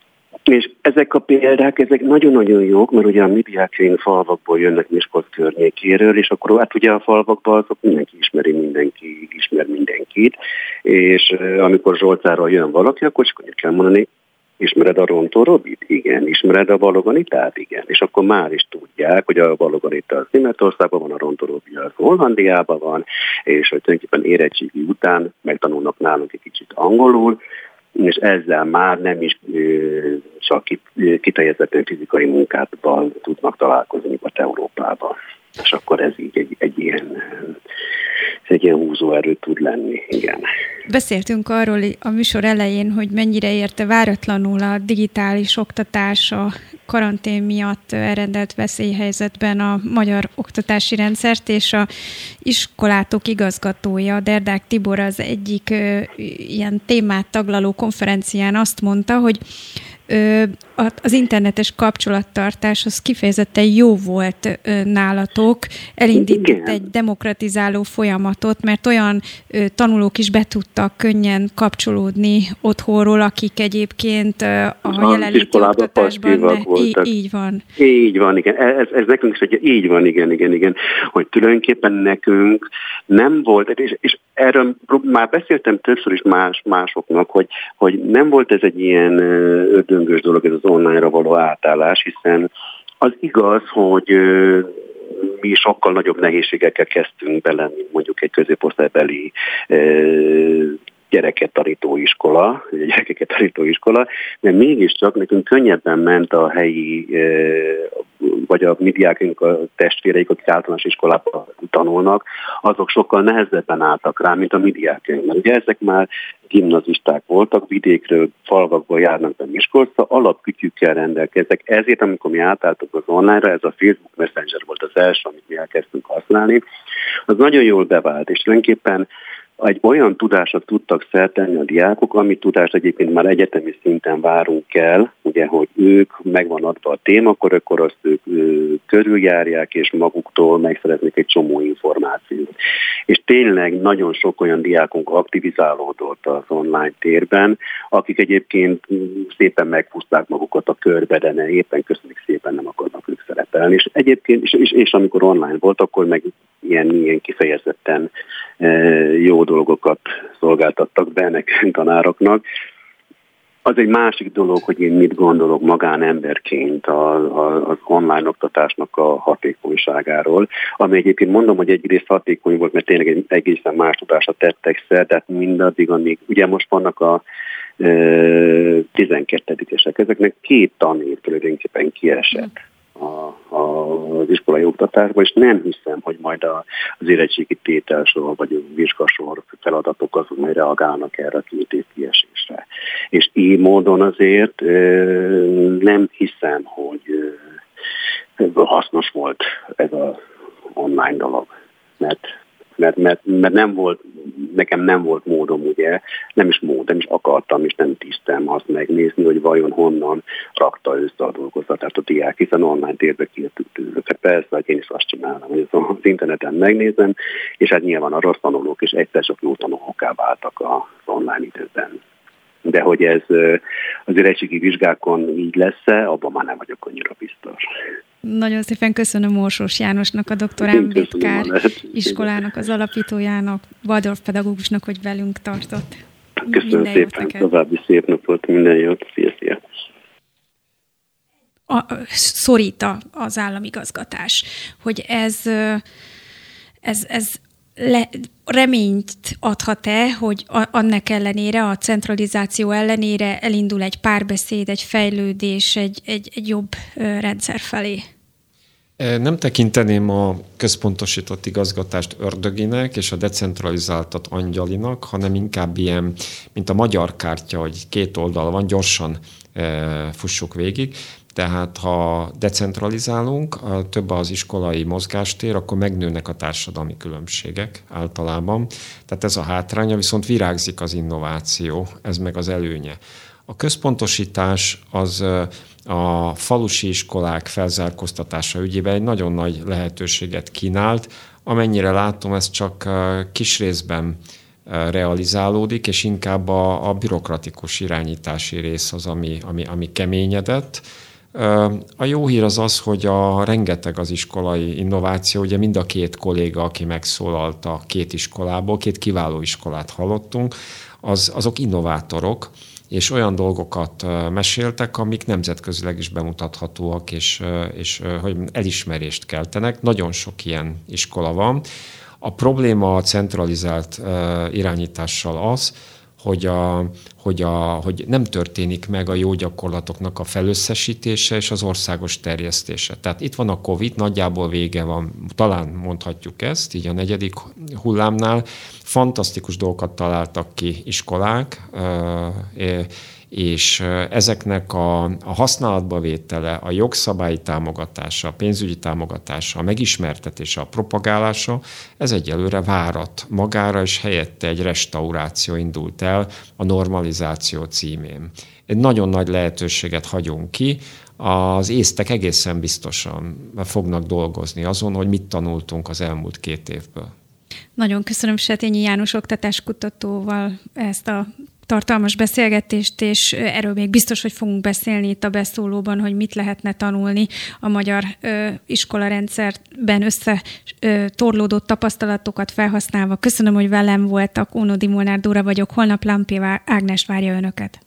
És ezek a példák, ezek nagyon-nagyon jók, mert ugye a mi diákjaink falvakból jönnek Miskolc környékéről, és akkor hát ugye a falvakban azok mindenki ismeri, mindenki ismer mindenkit, és amikor Zsolcáról jön valaki, akkor csak annyit kell mondani, ismered a Rontó Robit? Igen. Ismered a Baloganitát? Igen. És akkor már is tudják, hogy a Baloganita az Németországban van, a Rontó Robi az Hollandiában van, és hogy tulajdonképpen érettségi után megtanulnak nálunk egy kicsit angolul, és ezzel már nem is csak kifejezetten fizikai munkátban tudnak találkozni Nyugat-Európában. És akkor ez így egy, egy ilyen egy ilyen húzóerő tud lenni, igen. Beszéltünk arról a műsor elején, hogy mennyire érte váratlanul a digitális oktatás a karantén miatt elrendelt veszélyhelyzetben a magyar oktatási rendszert, és a iskolátok igazgatója, Derdák Tibor az egyik ö, ilyen témát taglaló konferencián azt mondta, hogy ö, az internetes kapcsolattartás az kifejezetten jó volt ö, nálatok, elindított Igen. egy demokratizáló folyamatot, mert olyan ö, tanulók is be tudtak könnyen kapcsolódni otthonról, akik egyébként ö, a, a jelenléti oktatásban ne, í- így van. Így van, igen. Ez, ez nekünk is egy, így van, igen, igen, igen, hogy tulajdonképpen nekünk nem volt, és, és erről már beszéltem többször is más, másoknak, hogy, hogy nem volt ez egy ilyen ördöngös dolog, ez az online-ra való átállás, hiszen az igaz, hogy mi sokkal nagyobb nehézségekkel kezdtünk bele, mint mondjuk egy középosztálybeli gyereket tanító iskola, egy gyerekeket tanító iskola, mert mégiscsak nekünk könnyebben ment a helyi, vagy a mi diákink, a testvéreik, akik általános iskolában tanulnak, azok sokkal nehezebben álltak rá, mint a mi diákink. Mert ugye ezek már gimnazisták voltak, vidékről, falvakból járnak be Miskolcra, alapkütyükkel rendelkeztek. Ezért, amikor mi átálltunk az online-ra, ez a Facebook Messenger volt az első, amit mi elkezdtünk használni, az nagyon jól bevált, és tulajdonképpen egy olyan tudásra tudtak szertenni a diákok, amit tudást egyébként már egyetemi szinten várunk el, ugye, hogy ők megvan adva a témakör, akkor azt ők ö, körüljárják, és maguktól megszereznek egy csomó információt. És tényleg nagyon sok olyan diákunk aktivizálódott az online térben, akik egyébként szépen megpuszták magukat a körbe, de ne, éppen köszönjük szépen nem akarnak ők szerepelni. És egyébként, és, és, és amikor online volt, akkor meg ilyen, ilyen kifejezetten e, jó dolgokat szolgáltattak be nekünk tanároknak. Az egy másik dolog, hogy én mit gondolok magánemberként a, a, az online oktatásnak a hatékonyságáról, ami egyébként mondom, hogy egyrészt hatékony volt, mert tényleg egy egészen más tudásra tettek szer, de hát mindaddig, amíg ugye most vannak a e, tizenkettedikesek, ezeknek két tanév tulajdonképpen kiesett A, a, az iskolai oktatásban, és nem hiszem, hogy majd a, az érettségi tételsor vagy a vizsgasor feladatok azok majd reagálnak erre a két év kiesésre. És így módon azért nem hiszem, hogy hasznos volt ez az online dolog, mert Mert, mert, mert nem volt, nekem nem volt módom, ugye, nem is mód, nem is akartam, és nem tisztem azt megnézni, hogy vajon honnan rakta össze a dolgozatást a diák, hiszen online térbe kiértük tőle. Persze, hogy én is azt csinálom, hogy az interneten megnézem, és hát nyilván a rossz tanulók is egyszer csak jó tanulókká váltak az online időben. De hogy ez az érettségi vizsgákon így lesz-e, abban már nem vagyok annyira biztos. Nagyon szépen köszönöm Orsós Jánosnak, a doktor M. Bitkár iskolának, az alapítójának, Waldorf pedagógusnak, hogy velünk tartott. Köszönöm minden szépen, további szép napot, minden jót, szia, szia. A, szorít az államigazgatás, hogy ez, ez, ez le, reményt adhat-e, hogy a, annak ellenére, a centralizáció ellenére elindul egy párbeszéd, egy fejlődés, egy, egy, egy jobb rendszer felé? Nem tekinteném a központosított igazgatást ördöginek és a decentralizáltat angyalinak, hanem inkább ilyen, mint a magyar kártya, hogy két oldal van, gyorsan fussuk végig. Tehát ha decentralizálunk, több az iskolai mozgástér, akkor megnőnek a társadalmi különbségek általában. Tehát ez a hátránya, viszont virágzik az innováció, ez meg az előnye. A központosítás az a falusi iskolák felzárkóztatása ügyében egy nagyon nagy lehetőséget kínált. Amennyire látom, ez csak kis részben realizálódik, és inkább a, a bürokratikus irányítási rész az, ami, ami, ami keményedett. A jó hír az az, hogy a rengeteg az iskolai innováció, ugye mind a két kolléga, aki megszólalt a két iskolából, két kiváló iskolát hallottunk, az, azok innovátorok, és olyan dolgokat meséltek, amik nemzetközileg is bemutathatóak, és, és hogy elismerést keltenek. Nagyon sok ilyen iskola van. A probléma a centralizált irányítással az, hogy, a, hogy, a, hogy nem történik meg a jó gyakorlatoknak a felösszesítése és az országos terjesztése. Tehát itt van a Covid, nagyjából vége van, talán mondhatjuk ezt, így a negyedik hullámnál. Fantasztikus dolgokat találtak ki iskolák, és ezeknek a, a használatba vétele, a jogszabályi támogatása, a pénzügyi támogatása, a megismertetése, a propagálása, ez egyelőre várat magára, és helyette egy restauráció indult el a normalizáció címén. Egy nagyon nagy lehetőséget hagyunk ki, az észtek egészen biztosan fognak dolgozni azon, hogy mit tanultunk az elmúlt két évből. Nagyon köszönöm Setényi János oktatáskutatóval ezt a tartalmas beszélgetést, és erről még biztos, hogy fogunk beszélni itt a beszólóban, hogy mit lehetne tanulni a magyar ö, iskolarendszerben összetorlódott tapasztalatokat felhasználva. Köszönöm, hogy velem voltak. Ónodi Molnár Dóra vagyok, holnap Lampi Ágnes várja önöket.